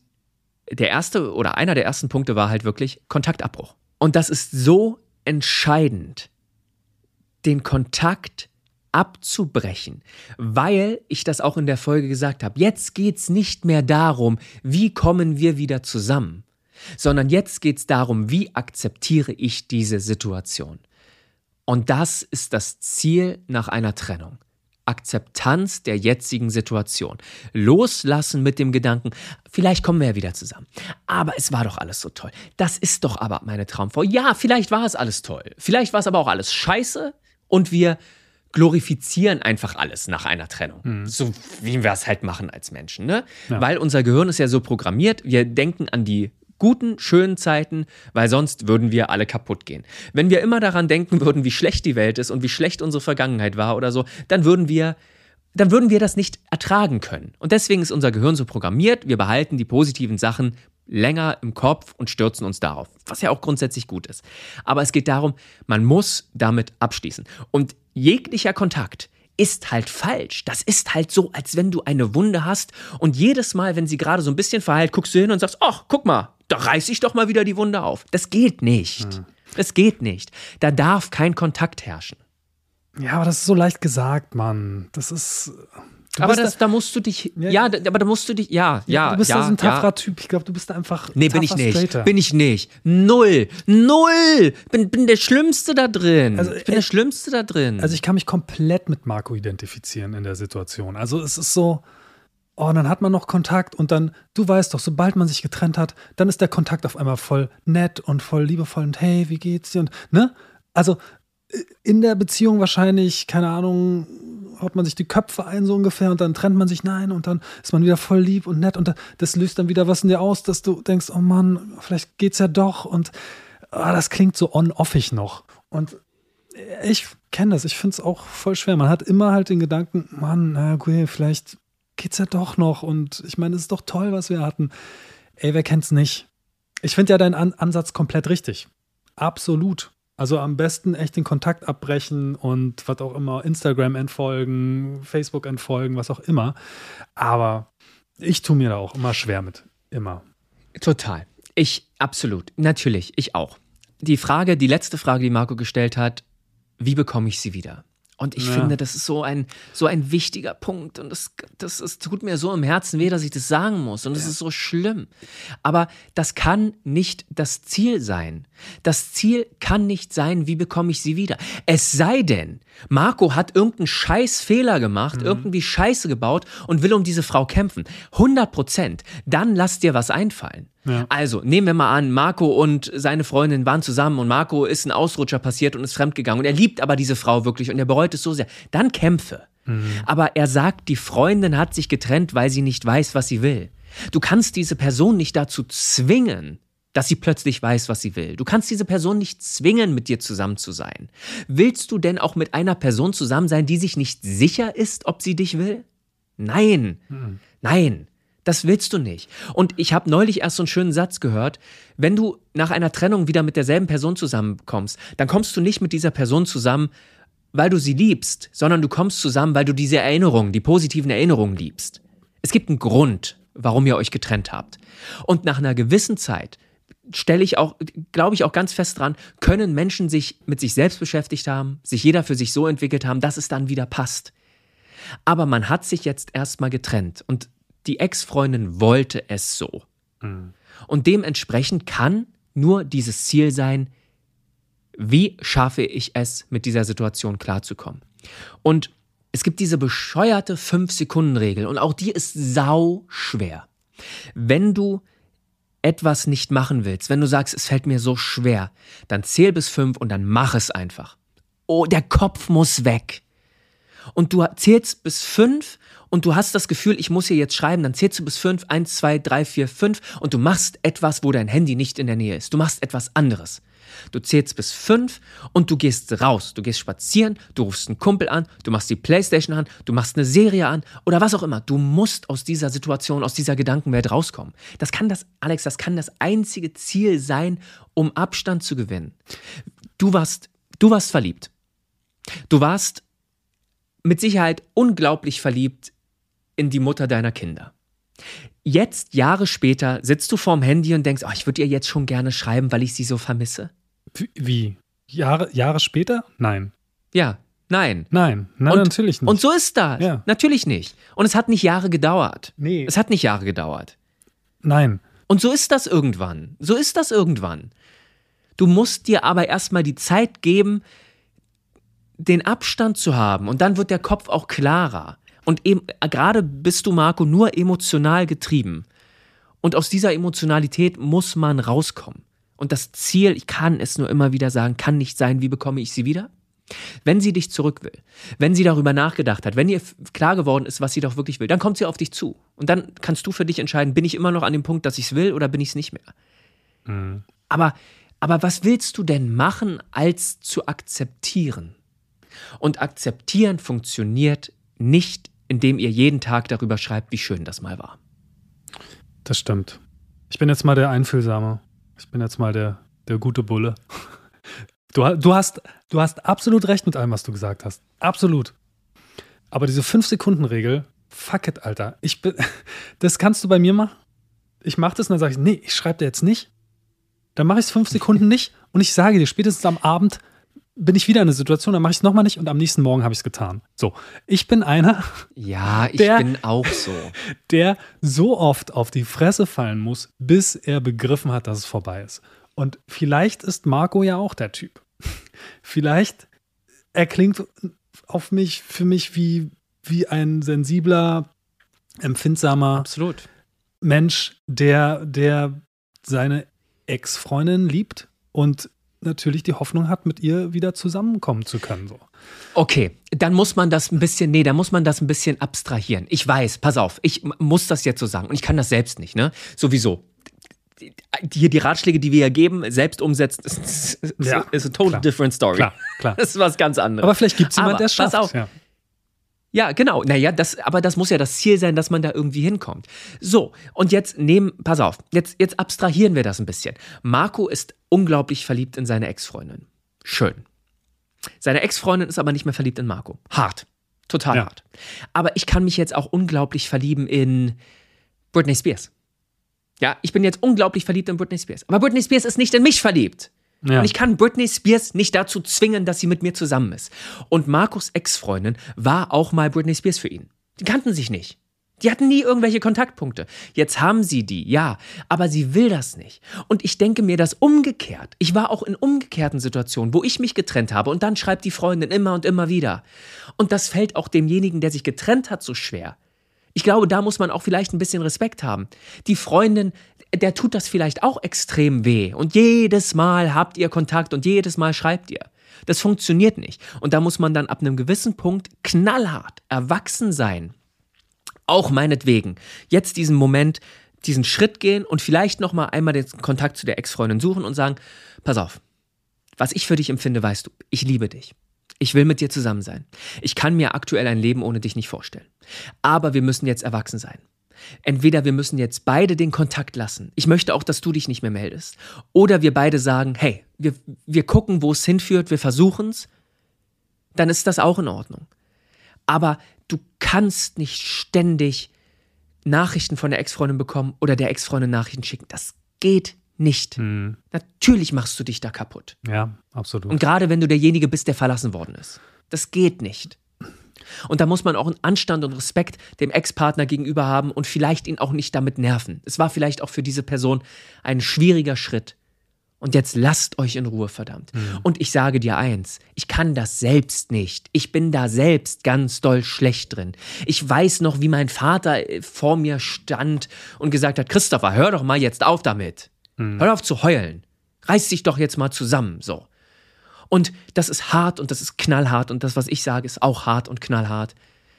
S1: einer der ersten Punkte war halt wirklich Kontaktabbruch. Und das ist so entscheidend, den Kontakt abzubrechen, weil ich das auch in der Folge gesagt habe. Jetzt geht's nicht mehr darum, wie kommen wir wieder zusammen, sondern jetzt geht's darum, wie akzeptiere ich diese Situation. Und das ist das Ziel nach einer Trennung. Akzeptanz der jetzigen Situation. Loslassen mit dem Gedanken, vielleicht kommen wir ja wieder zusammen. Aber es war doch alles so toll. Das ist doch aber meine Traumfrau. Ja, vielleicht war es alles toll. Vielleicht war es aber auch alles scheiße und wir glorifizieren einfach alles nach einer Trennung. So wie wir es halt machen als Menschen, ne?
S2: Ja.
S1: Weil unser Gehirn ist ja so programmiert, wir denken an die guten, schönen Zeiten, weil sonst würden wir alle kaputt gehen. Wenn wir immer daran denken würden, wie schlecht die Welt ist und wie schlecht unsere Vergangenheit war oder so, dann würden wir das nicht ertragen können. Und deswegen ist unser Gehirn so programmiert, wir behalten die positiven Sachen länger im Kopf und stürzen uns darauf, was ja auch grundsätzlich gut ist. Aber es geht darum, man muss damit abschließen. Und jeglicher Kontakt ist halt falsch. Das ist halt so, als wenn du eine Wunde hast und jedes Mal, wenn sie gerade so ein bisschen verheilt, guckst du hin und sagst, ach, guck mal, da reiße ich doch mal wieder die Wunde auf. Das geht nicht. Das geht nicht. Da darf kein Kontakt herrschen.
S2: Ja, aber das ist so leicht gesagt, Mann. Das ist
S1: Aber da musst du dich, ja, aber da musst du dich, ja.
S2: Du bist da so ein tapferer Typ. Ich glaube, du bist da einfach
S1: Nee, bin ich nicht. Null. Bin der Schlimmste da drin. Also
S2: ich kann mich komplett mit Marco identifizieren in der Situation. Also es ist so, dann hat man noch Kontakt und dann, du weißt doch, sobald man sich getrennt hat, dann ist der Kontakt auf einmal voll nett und voll liebevoll und hey, wie geht's dir? Und, ne? Also in der Beziehung wahrscheinlich, keine Ahnung, haut man sich die Köpfe ein so ungefähr und dann trennt man sich, und dann ist man wieder voll lieb und nett und das löst dann wieder was in dir aus, dass du denkst, oh Mann, vielleicht geht's ja doch und das klingt so on-offig noch. Und ich kenne das, ich finde es auch voll schwer. Man hat immer halt den Gedanken, Mann, na okay, vielleicht geht's ja doch noch und ich meine, es ist doch toll, was wir hatten. Ey, wer kennt's nicht? Ich finde ja deinen Ansatz komplett richtig. Absolut. Also am besten echt den Kontakt abbrechen und was auch immer, Instagram entfolgen, Facebook entfolgen, was auch immer. Aber ich tue mir da auch immer schwer mit. Immer.
S1: Total. Absolut. Natürlich, ich auch. Die letzte Frage, die Marco gestellt hat, wie bekomme ich sie wieder? Und ich finde, das ist so ein wichtiger Punkt. Und das tut mir so im Herzen weh, dass ich das sagen muss. Und es ist so schlimm. Aber das kann nicht das Ziel sein. Das Ziel kann nicht sein, wie bekomme ich sie wieder. Es sei denn, Marco hat irgendeinen scheiß Fehler gemacht, irgendwie Scheiße gebaut und will um diese Frau kämpfen. 100%. Dann lass dir was einfallen. Ja. Also, nehmen wir mal an, Marco und seine Freundin waren zusammen und Marco ist ein Ausrutscher passiert und ist fremdgegangen und er liebt aber diese Frau wirklich und er bereut es so sehr. Dann kämpfe. Aber er sagt, die Freundin hat sich getrennt, weil sie nicht weiß, was sie will. Du kannst diese Person nicht dazu zwingen, dass sie plötzlich weiß, was sie will. Du kannst diese Person nicht zwingen, mit dir zusammen zu sein. Willst du denn auch mit einer Person zusammen sein, die sich nicht sicher ist, ob sie dich will? Nein. Nein. Das willst du nicht. Und ich habe neulich erst so einen schönen Satz gehört, wenn du nach einer Trennung wieder mit derselben Person zusammenkommst, dann kommst du nicht mit dieser Person zusammen, weil du sie liebst, sondern du kommst zusammen, weil du diese Erinnerungen, die positiven Erinnerungen liebst. Es gibt einen Grund, warum ihr euch getrennt habt. Und nach einer gewissen Zeit glaube ich auch ganz fest dran, können Menschen sich mit sich selbst beschäftigt haben, sich jeder für sich so entwickelt haben, dass es dann wieder passt. Aber man hat sich jetzt erstmal getrennt und die Ex-Freundin wollte es so. Und dementsprechend kann nur dieses Ziel sein, wie schaffe ich es, mit dieser Situation klarzukommen. Und es gibt diese bescheuerte 5-Sekunden-Regel und auch die ist sau schwer. Wenn du etwas nicht machen willst, wenn du sagst, es fällt mir so schwer, dann zähl bis 5 und dann mach es einfach. Oh, der Kopf muss weg. Und du zählst bis 5 und du hast das Gefühl, ich muss hier jetzt schreiben, dann zählst du bis 5, 1, 2, 3, 4, 5 und du machst etwas, wo dein Handy nicht in der Nähe ist. Du machst etwas anderes. Du zählst bis 5 und du gehst raus. Du gehst spazieren, du rufst einen Kumpel an, du machst die Playstation an, du machst eine Serie an oder was auch immer. Du musst aus dieser Situation, aus dieser Gedankenwelt rauskommen. Das kann das einzige Ziel sein, um Abstand zu gewinnen. Du warst verliebt. Du warst mit Sicherheit unglaublich verliebt in die Mutter deiner Kinder. Jetzt, Jahre später, sitzt du vorm Handy und denkst, ich würde ihr jetzt schon gerne schreiben, weil ich sie so vermisse.
S2: Wie? Jahre später? Nein.
S1: Ja, nein.
S2: Nein, natürlich nicht.
S1: Und so ist das.
S2: Ja.
S1: Natürlich nicht. Und es hat nicht Jahre gedauert.
S2: Nee.
S1: Es hat nicht Jahre gedauert.
S2: Nein.
S1: Und so ist das irgendwann. Du musst dir aber erstmal die Zeit geben, den Abstand zu haben und dann wird der Kopf auch klarer. Und eben, gerade bist du, Marco, nur emotional getrieben. Und aus dieser Emotionalität muss man rauskommen. Und das Ziel, ich kann es nur immer wieder sagen, kann nicht sein, wie bekomme ich sie wieder? Wenn sie dich zurück will, wenn sie darüber nachgedacht hat, wenn ihr klar geworden ist, was sie doch wirklich will, dann kommt sie auf dich zu. Und dann kannst du für dich entscheiden, bin ich immer noch an dem Punkt, dass ich es will oder bin ich es nicht mehr? Aber was willst du denn machen, als zu akzeptieren? Und akzeptieren funktioniert nicht, indem ihr jeden Tag darüber schreibt, wie schön das mal war.
S2: Das stimmt. Ich bin jetzt mal der Einfühlsame. Ich bin jetzt mal der gute Bulle. Du hast absolut recht mit allem, was du gesagt hast. Absolut. Aber diese 5-Sekunden-Regel, fuck it, Alter. Das kannst du bei mir machen. Ich mache das und dann sage ich, nee, ich schreibe dir jetzt nicht. Dann mache ich es 5 Sekunden nicht und ich sage dir spätestens am Abend, bin ich wieder in einer Situation, dann mache ich es nochmal nicht und am nächsten Morgen habe ich es getan. So, ich bin einer,
S1: Ja, ich bin auch so.
S2: der so oft auf die Fresse fallen muss, bis er begriffen hat, dass es vorbei ist. Und vielleicht ist Marco ja auch der Typ. Vielleicht er klingt für mich wie ein sensibler, empfindsamer
S1: Absolut.
S2: Mensch, der seine Ex-Freundin liebt und natürlich die Hoffnung hat, mit ihr wieder zusammenkommen zu können. So.
S1: Okay, dann muss man das ein bisschen abstrahieren. Ich weiß, pass auf, ich muss das jetzt so sagen und ich kann das selbst nicht, ne? Sowieso. Hier die Ratschläge, die wir hier geben, selbst umsetzen, ist a total different story.
S2: Klar.
S1: Das ist was ganz anderes.
S2: Aber vielleicht gibt es jemanden, der es schafft.
S1: Pass auf. Ja, genau. Naja, aber das muss ja das Ziel sein, dass man da irgendwie hinkommt. So, und jetzt pass auf, jetzt abstrahieren wir das ein bisschen. Marco ist unglaublich verliebt in seine Ex-Freundin. Schön. Seine Ex-Freundin ist aber nicht mehr verliebt in Marco. Hart. Total hart. Aber ich kann mich jetzt auch unglaublich verlieben in Britney Spears. Ja, ich bin jetzt unglaublich verliebt in Britney Spears. Aber Britney Spears ist nicht in mich verliebt. Ja. Und ich kann Britney Spears nicht dazu zwingen, dass sie mit mir zusammen ist. Und Marcos Ex-Freundin war auch mal Britney Spears für ihn. Die kannten sich nicht. Die hatten nie irgendwelche Kontaktpunkte. Jetzt haben sie die, ja, aber sie will das nicht. Und ich denke mir das umgekehrt. Ich war auch in umgekehrten Situationen, wo ich mich getrennt habe und dann schreibt die Freundin immer und immer wieder. Und das fällt auch demjenigen, der sich getrennt hat, so schwer. Ich glaube, da muss man auch vielleicht ein bisschen Respekt haben. Die Freundin, der tut das vielleicht auch extrem weh. Und jedes Mal habt ihr Kontakt und jedes Mal schreibt ihr. Das funktioniert nicht. Und da muss man dann ab einem gewissen Punkt knallhart erwachsen sein. Auch meinetwegen. Jetzt diesen Moment, diesen Schritt gehen und vielleicht noch mal einmal den Kontakt zu der Ex-Freundin suchen und sagen, pass auf, was ich für dich empfinde, weißt du, ich liebe dich. Ich will mit dir zusammen sein. Ich kann mir aktuell ein Leben ohne dich nicht vorstellen. Aber wir müssen jetzt erwachsen sein. Entweder wir müssen jetzt beide den Kontakt lassen. Ich möchte auch, dass du dich nicht mehr meldest. Oder wir beide sagen, hey, wir gucken, wo es hinführt, wir versuchen es. Dann ist das auch in Ordnung. Aber du kannst nicht ständig Nachrichten von der Ex-Freundin bekommen oder der Ex-Freundin Nachrichten schicken. Das geht nicht. Natürlich machst du dich da kaputt.
S2: Ja, absolut.
S1: Und gerade wenn du derjenige bist, der verlassen worden ist. Das geht nicht. Und da muss man auch einen Anstand und Respekt dem Ex-Partner gegenüber haben und vielleicht ihn auch nicht damit nerven. Es war vielleicht auch für diese Person ein schwieriger Schritt. Und jetzt lasst euch in Ruhe, verdammt. Und ich sage dir eins, ich kann das selbst nicht. Ich bin da selbst ganz doll schlecht drin. Ich weiß noch, wie mein Vater vor mir stand und gesagt hat, Christopher, hör doch mal jetzt auf damit. Hör auf zu heulen. Reiß dich doch jetzt mal zusammen, so. Und das ist hart und das ist knallhart und das, was ich sage, ist auch hart und knallhart.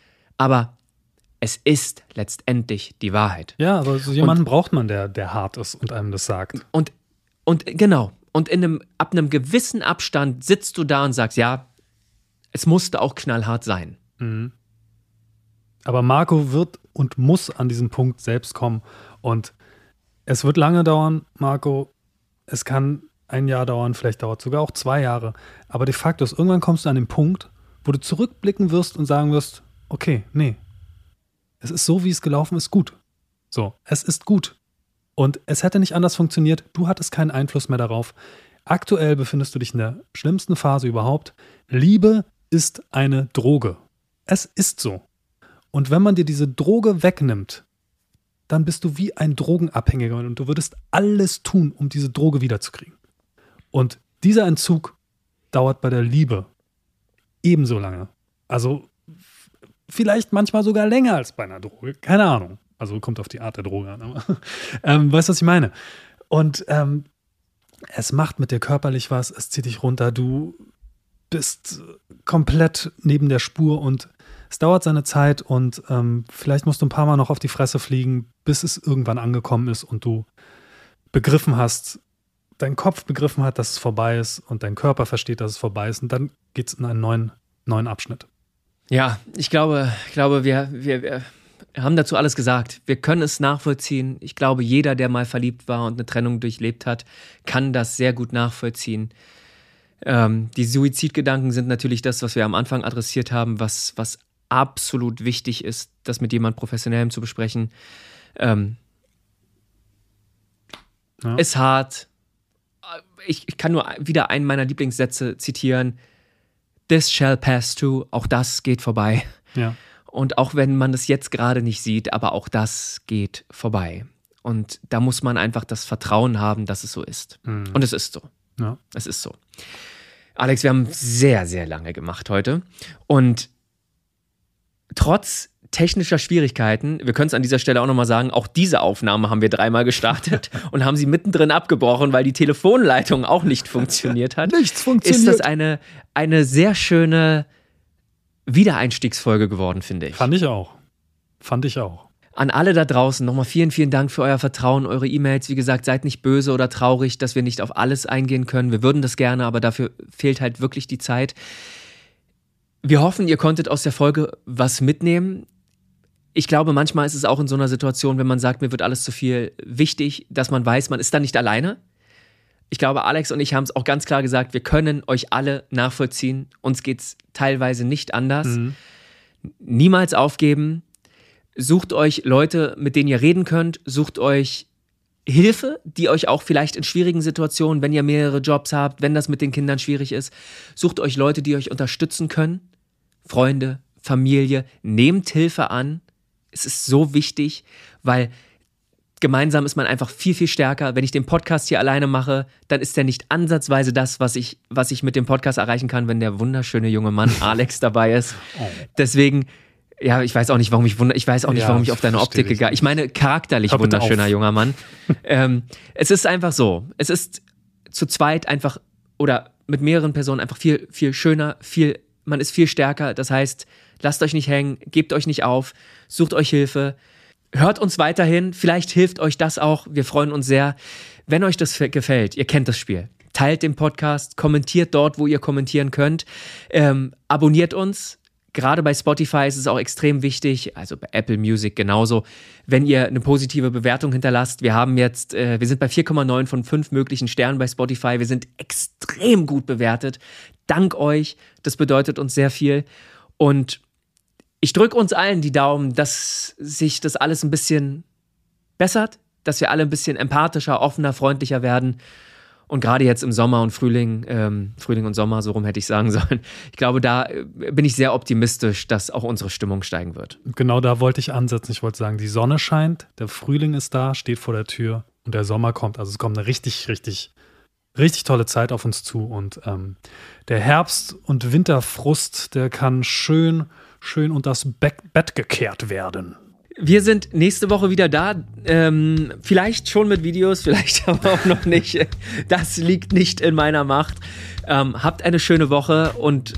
S1: Aber es ist letztendlich die Wahrheit.
S2: Ja, aber so jemanden braucht man, der hart ist und einem das sagt.
S1: Und genau. Und ab einem gewissen Abstand sitzt du da und sagst, ja, es musste auch knallhart sein.
S2: Aber Marco wird und muss an diesen Punkt selbst kommen. Und es wird lange dauern, Marco. Es kann ein Jahr dauern, vielleicht dauert es sogar auch 2 Jahre. Aber de facto ist, irgendwann kommst du an den Punkt, wo du zurückblicken wirst und sagen wirst, okay, nee, es ist so, wie es gelaufen ist, gut. So, es ist gut. Und es hätte nicht anders funktioniert. Du hattest keinen Einfluss mehr darauf. Aktuell befindest du dich in der schlimmsten Phase überhaupt. Liebe ist eine Droge. Es ist so. Und wenn man dir diese Droge wegnimmt, dann bist du wie ein Drogenabhängiger und du würdest alles tun, um diese Droge wiederzukriegen. Und dieser Entzug dauert bei der Liebe ebenso lange. Also vielleicht manchmal sogar länger als bei einer Droge. Keine Ahnung. Also kommt auf die Art der Droge an. Aber, weißt du, was ich meine? Und es macht mit dir körperlich was, es zieht dich runter, du bist komplett neben der Spur und es dauert seine Zeit und vielleicht musst du ein paar Mal noch auf die Fresse fliegen, bis es irgendwann angekommen ist und du begriffen hast, dein Kopf begriffen hat, dass es vorbei ist und dein Körper versteht, dass es vorbei ist und dann geht es in einen neuen Abschnitt.
S1: Ja, ich glaube, wir haben dazu alles gesagt. Wir können es nachvollziehen. Ich glaube, jeder, der mal verliebt war und eine Trennung durchlebt hat, kann das sehr gut nachvollziehen. Die Suizidgedanken sind natürlich das, was wir am Anfang adressiert haben, was absolut wichtig ist, das mit jemand Professionellem zu besprechen. Ist hart. Ich kann nur wieder einen meiner Lieblingssätze zitieren. This shall pass too. Auch das geht vorbei.
S2: Ja.
S1: Und auch wenn man es jetzt gerade nicht sieht, aber auch das geht vorbei. Und da muss man einfach das Vertrauen haben, dass es so ist. Und es ist so.
S2: Ja.
S1: Es ist so. Alex, wir haben sehr, sehr lange gemacht heute. Und trotz technischer Schwierigkeiten, wir können es an dieser Stelle auch nochmal sagen, auch diese Aufnahme haben wir 3-mal gestartet und haben sie mittendrin abgebrochen, weil die Telefonleitung auch nicht funktioniert hat.
S2: Nichts funktioniert.
S1: Ist das eine sehr schöne Wiedereinstiegsfolge geworden, finde ich.
S2: Fand ich auch.
S1: An alle da draußen nochmal vielen, vielen Dank für euer Vertrauen, eure E-Mails. Wie gesagt, seid nicht böse oder traurig, dass wir nicht auf alles eingehen können. Wir würden das gerne, aber dafür fehlt halt wirklich die Zeit. Wir hoffen, ihr konntet aus der Folge was mitnehmen. Ich glaube, manchmal ist es auch in so einer Situation, wenn man sagt, mir wird alles zu viel, wichtig, dass man weiß, man ist da nicht alleine. Ich glaube, Alex und ich haben es auch ganz klar gesagt, wir können euch alle nachvollziehen. Uns geht es teilweise nicht anders. Niemals aufgeben. Sucht euch Leute, mit denen ihr reden könnt. Sucht euch Hilfe, die euch auch vielleicht in schwierigen Situationen, wenn ihr mehrere Jobs habt, wenn das mit den Kindern schwierig ist, sucht euch Leute, die euch unterstützen können. Freunde, Familie, nehmt Hilfe an. Es ist so wichtig, weil gemeinsam ist man einfach viel, viel stärker. Wenn ich den Podcast hier alleine mache, dann ist der nicht ansatzweise das, was ich mit dem Podcast erreichen kann, wenn der wunderschöne junge Mann Alex dabei ist. Deswegen, ja, ich weiß auch nicht, warum ich auf deine Optik gegangen bin. Ich meine, charakterlich wunderschöner junger Mann. Es ist einfach so. Es ist zu zweit einfach oder mit mehreren Personen einfach viel, viel schöner, man ist viel stärker. Das heißt, lasst euch nicht hängen, gebt euch nicht auf, sucht euch Hilfe. Hört uns weiterhin, vielleicht hilft euch das auch. Wir freuen uns sehr. Wenn euch das gefällt, ihr kennt das Spiel, teilt den Podcast, kommentiert dort, wo ihr kommentieren könnt. Abonniert uns. Gerade bei Spotify ist es auch extrem wichtig, also bei Apple Music genauso, wenn ihr eine positive Bewertung hinterlasst. Wir sind bei 4,9 von 5 möglichen Sternen bei Spotify. Wir sind extrem gut bewertet. Dank euch. Das bedeutet uns sehr viel. Und ich drücke uns allen die Daumen, dass sich das alles ein bisschen bessert, dass wir alle ein bisschen empathischer, offener, freundlicher werden. Und gerade jetzt im Sommer und Frühling und Sommer, so rum hätte ich sagen sollen, ich glaube, da bin ich sehr optimistisch, dass auch unsere Stimmung steigen wird.
S2: Genau da wollte ich ansetzen. Ich wollte sagen, die Sonne scheint, der Frühling ist da, steht vor der Tür und der Sommer kommt. Also es kommt eine richtig, richtig, richtig tolle Zeit auf uns zu. Und der Herbst- und Winterfrust, der kann schön unter das Bett gekehrt werden.
S1: Wir sind nächste Woche wieder da. Vielleicht schon mit Videos, vielleicht aber auch noch nicht. Das liegt nicht in meiner Macht. Habt eine schöne Woche und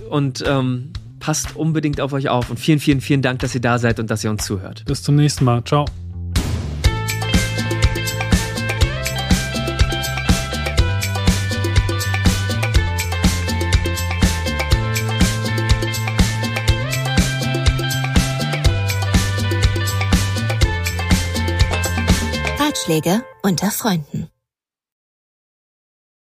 S1: passt unbedingt auf euch auf. Und vielen, vielen, vielen Dank, dass ihr da seid und dass ihr uns zuhört.
S2: Bis zum nächsten Mal. Ciao.
S3: Ratschläge unter Freunden.